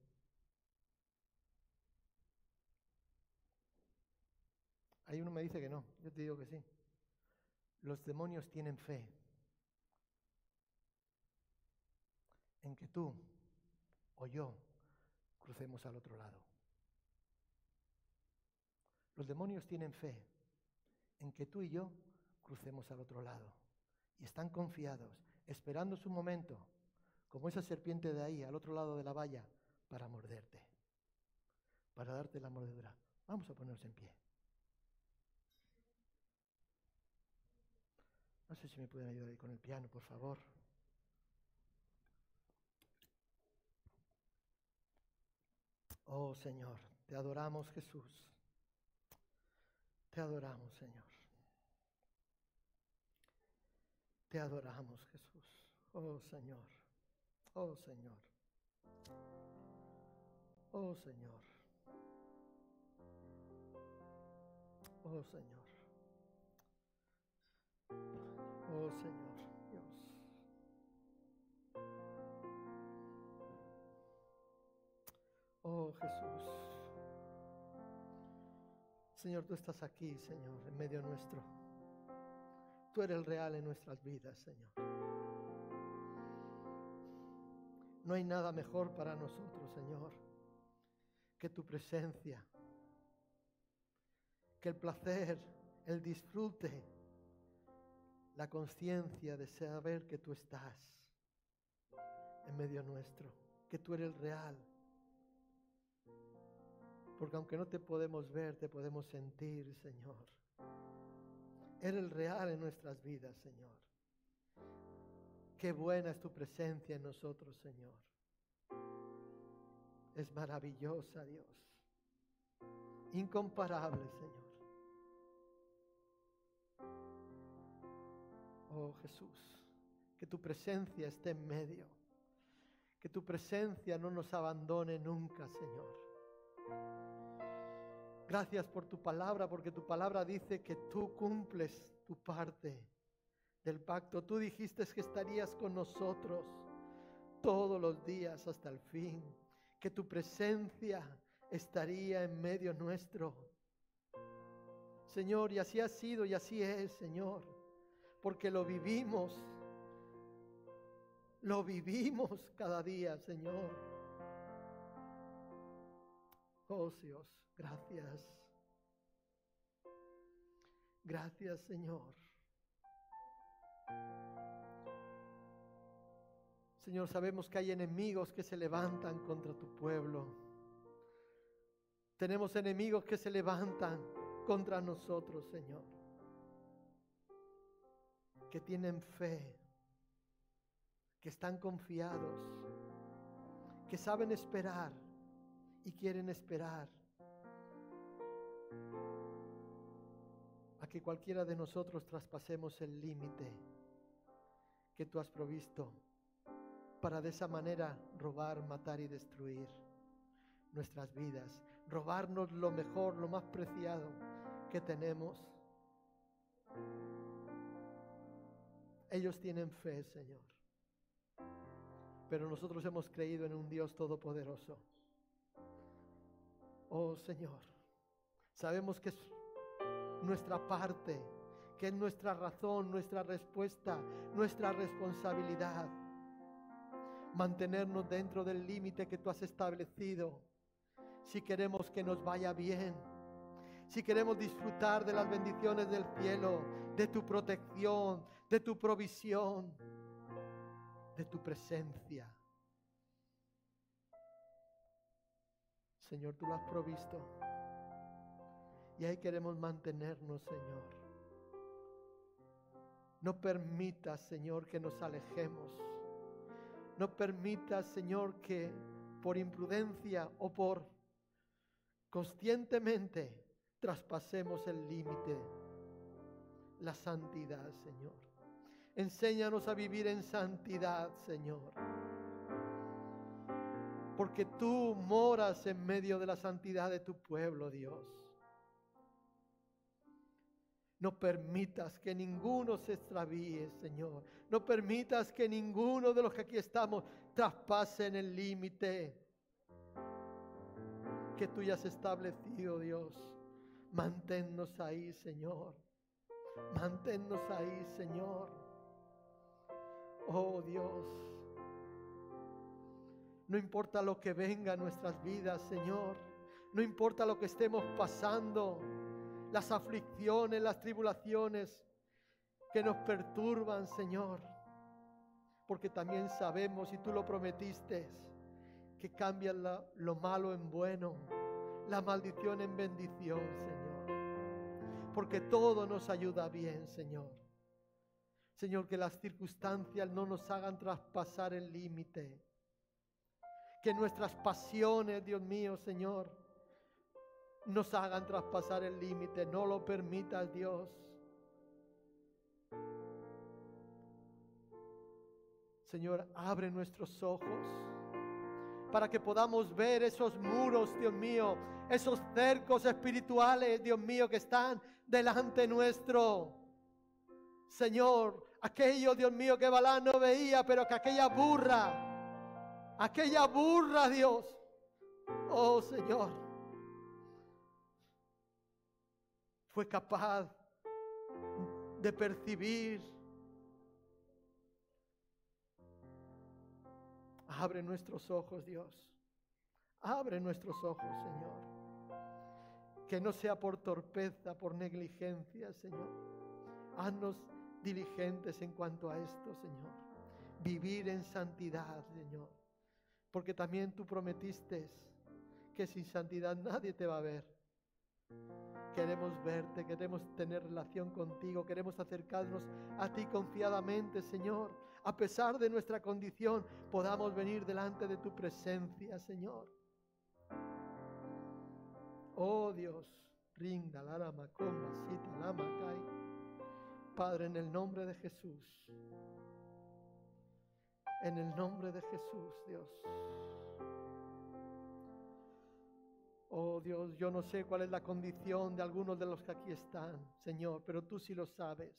Hay uno que me dice que no, yo te digo que sí. Los demonios tienen fe en que tú o yo crucemos al otro lado. Los demonios tienen fe en que tú y yo crucemos al otro lado. Y están confiados, esperando su momento, como esa serpiente de ahí, al otro lado de la valla, para morderte, para darte la mordedura. Vamos a ponernos en pie. No sé si me pueden ayudar ahí con el piano, por favor. Oh Señor, te adoramos, Jesús. Te adoramos, Señor. Te adoramos, Jesús. Oh Señor. Oh Señor. Oh Señor. Oh Señor. Oh Señor, Dios. Oh Jesús. Señor, tú estás aquí, Señor, en medio nuestro. Tú eres el real en nuestras vidas, Señor. No hay nada mejor para nosotros, Señor, que tu presencia, que el placer, el disfrute, la conciencia de saber que tú estás en medio nuestro, que tú eres real. Porque aunque no te podemos ver, te podemos sentir, Señor. Eres real en nuestras vidas, Señor. Qué buena es tu presencia en nosotros, Señor. Es maravillosa, Dios. Incomparable, Señor. Oh Jesús, que tu presencia esté en medio. Que tu presencia no nos abandone nunca, Señor. Gracias por tu palabra, porque tu palabra dice que tú cumples tu parte del pacto. Tú dijiste que estarías con nosotros todos los días hasta el fin, que tu presencia estaría en medio nuestro. Señor, y así ha sido y así es, Señor, porque lo vivimos, lo vivimos cada día, Señor. Oh Dios, gracias. Gracias, Señor. Señor, sabemos que hay enemigos que se levantan contra tu pueblo. Tenemos enemigos que se levantan contra nosotros, Señor. Que tienen fe, que están confiados, que saben esperar y quieren esperar a que cualquiera de nosotros traspasemos el límite que tú has provisto para de esa manera robar, matar y destruir nuestras vidas, robarnos lo mejor, lo más preciado que tenemos. Ellos tienen fe, Señor, pero nosotros hemos creído en un Dios todopoderoso. Oh Señor, sabemos que es nuestra parte, que es nuestra razón, nuestra respuesta, nuestra responsabilidad, mantenernos dentro del límite que tú has establecido, si queremos que nos vaya bien, si queremos disfrutar de las bendiciones del cielo, de tu protección, de tu provisión, de tu presencia. Señor, tú lo has provisto y ahí queremos mantenernos, Señor. No permitas, Señor, que nos alejemos. No permitas, Señor, que por imprudencia o por conscientemente traspasemos el límite, la santidad, Señor. Enséñanos a vivir en santidad, Señor. Porque tú moras en medio de la santidad de tu pueblo, Dios. No permitas que ninguno se extravíe, Señor. No permitas que ninguno de los que aquí estamos traspasen el límite que tú ya has establecido, Dios. Manténnos ahí, Señor. Manténnos ahí, Señor. Oh Dios. No importa lo que venga a nuestras vidas, Señor. No importa lo que estemos pasando, las aflicciones, las tribulaciones que nos perturban, Señor. Porque también sabemos, y tú lo prometiste, que cambian la, lo malo en bueno, la maldición en bendición, Señor. Porque todo nos ayuda bien, Señor. Señor, que las circunstancias no nos hagan traspasar el límite. Que nuestras pasiones, Dios mío, Señor, nos hagan traspasar el límite. No lo permitas, Dios. Señor, abre nuestros ojos para que podamos ver esos muros, Dios mío, esos cercos espirituales, Dios mío, que están delante nuestro. Señor, aquello, Dios mío, que Balaam no veía, pero que aquella burra, aquella burra, Dios, oh Señor, fue capaz de percibir. Abre nuestros ojos, Dios. Abre nuestros ojos, Señor. Que no sea por torpeza, por negligencia, Señor. Haznos diligentes en cuanto a esto, Señor. Vivir en santidad, Señor. Porque también tú prometiste que sin santidad nadie te va a ver. Queremos verte, queremos tener relación contigo, queremos acercarnos a ti confiadamente, Señor. A pesar de nuestra condición, podamos venir delante de tu presencia, Señor. Oh Dios, rinda la macomba, sita la macay. Padre, en el nombre de Jesús, en el nombre de Jesús, Dios. Oh Dios, yo no sé cuál es la condición de algunos de los que aquí están, Señor, pero tú sí lo sabes.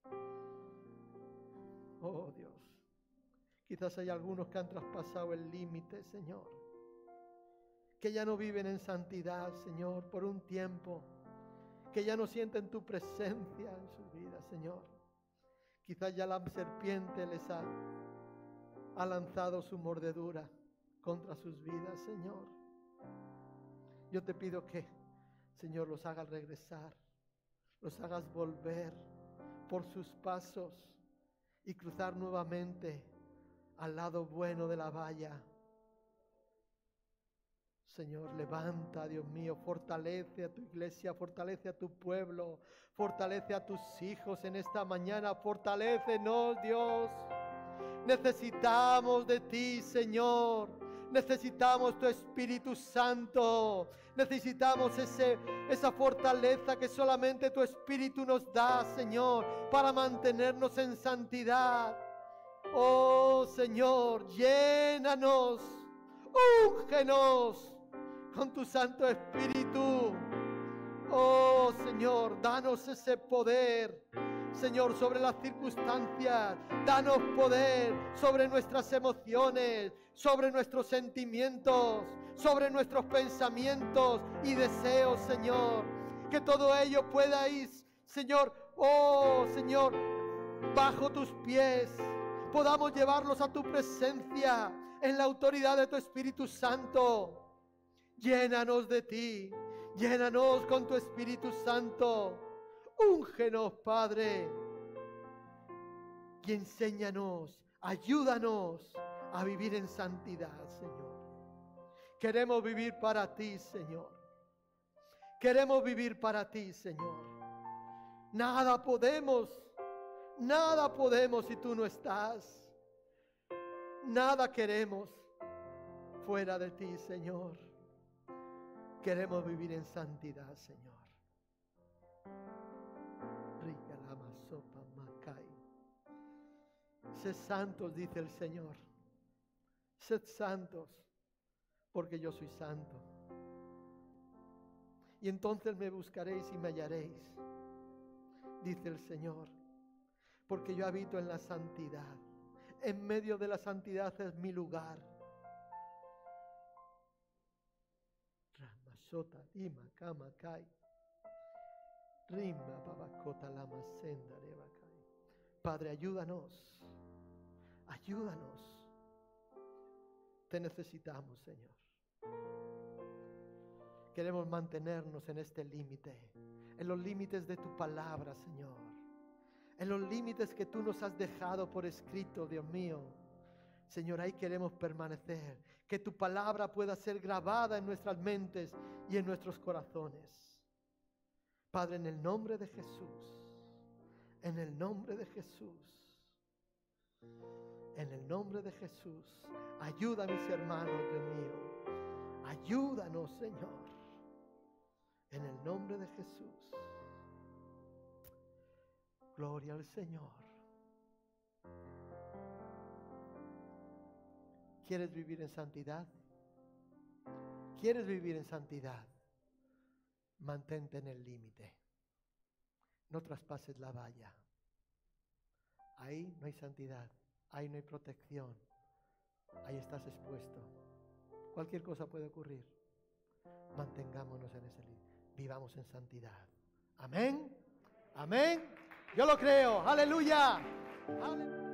Oh Dios, quizás hay algunos que han traspasado el límite, Señor, que ya no viven en santidad, Señor, por un tiempo, que ya no sienten tu presencia en sus vidas, Señor. Quizás ya la serpiente les ha, ha lanzado su mordedura contra sus vidas, Señor. Yo te pido que, Señor, los hagas regresar, los hagas volver por sus pasos y cruzar nuevamente al lado bueno de la valla. Señor, levanta, Dios mío, fortalece a tu iglesia, fortalece a tu pueblo, fortalece a tus hijos en esta mañana, fortalécenos, Dios. Necesitamos de ti, Señor. Necesitamos tu Espíritu Santo. Necesitamos ese, esa fortaleza que solamente tu Espíritu nos da, Señor, para mantenernos en santidad. Oh, Señor, llénanos, úngenos con tu Santo Espíritu. Oh, Señor, danos ese poder, Señor, sobre las circunstancias. Danos poder sobre nuestras emociones, sobre nuestros sentimientos, sobre nuestros pensamientos y deseos, Señor. Que todo ello pueda ir, Señor, oh, Señor, bajo tus pies. Podamos llevarlos a tu presencia en la autoridad de tu Espíritu Santo. Llénanos de ti, llénanos con tu Espíritu Santo. Úngenos, Padre, y enséñanos, ayúdanos a vivir en santidad, Señor. Queremos vivir para ti, Señor. Queremos vivir para ti, Señor. Nada podemos, nada podemos si tú no estás. Nada queremos fuera de ti, Señor. Queremos vivir en santidad, Señor. Rica la masopa macay. Sed santos, dice el Señor. Sed santos, porque yo soy santo. Y entonces me buscaréis y me hallaréis, dice el Señor, porque yo habito en la santidad. En medio de la santidad es mi lugar. Ramasota ima kama kai. Rimba babakota lama senda rebakai. Padre, ayúdanos. Ayúdanos. Te necesitamos, Señor. Queremos mantenernos en este límite, en los límites de tu palabra, Señor. En los límites que tú nos has dejado por escrito, Dios mío. Señor, ahí queremos permanecer. Que tu palabra pueda ser grabada en nuestras mentes y en nuestros corazones. Padre, en el nombre de Jesús. En el nombre de Jesús. En el nombre de Jesús. Ayuda a mis hermanos, Dios mío. Ayúdanos, Señor. En el nombre de Jesús. Gloria al Señor. ¿Quieres vivir en santidad? ¿Quieres vivir en santidad? Mantente en el límite. No traspases la valla. Ahí no hay santidad. Ahí no hay protección. Ahí estás expuesto. Cualquier cosa puede ocurrir. Mantengámonos en ese límite. Vivamos en santidad. Amén. Amén. Yo lo creo. Aleluya. Aleluya.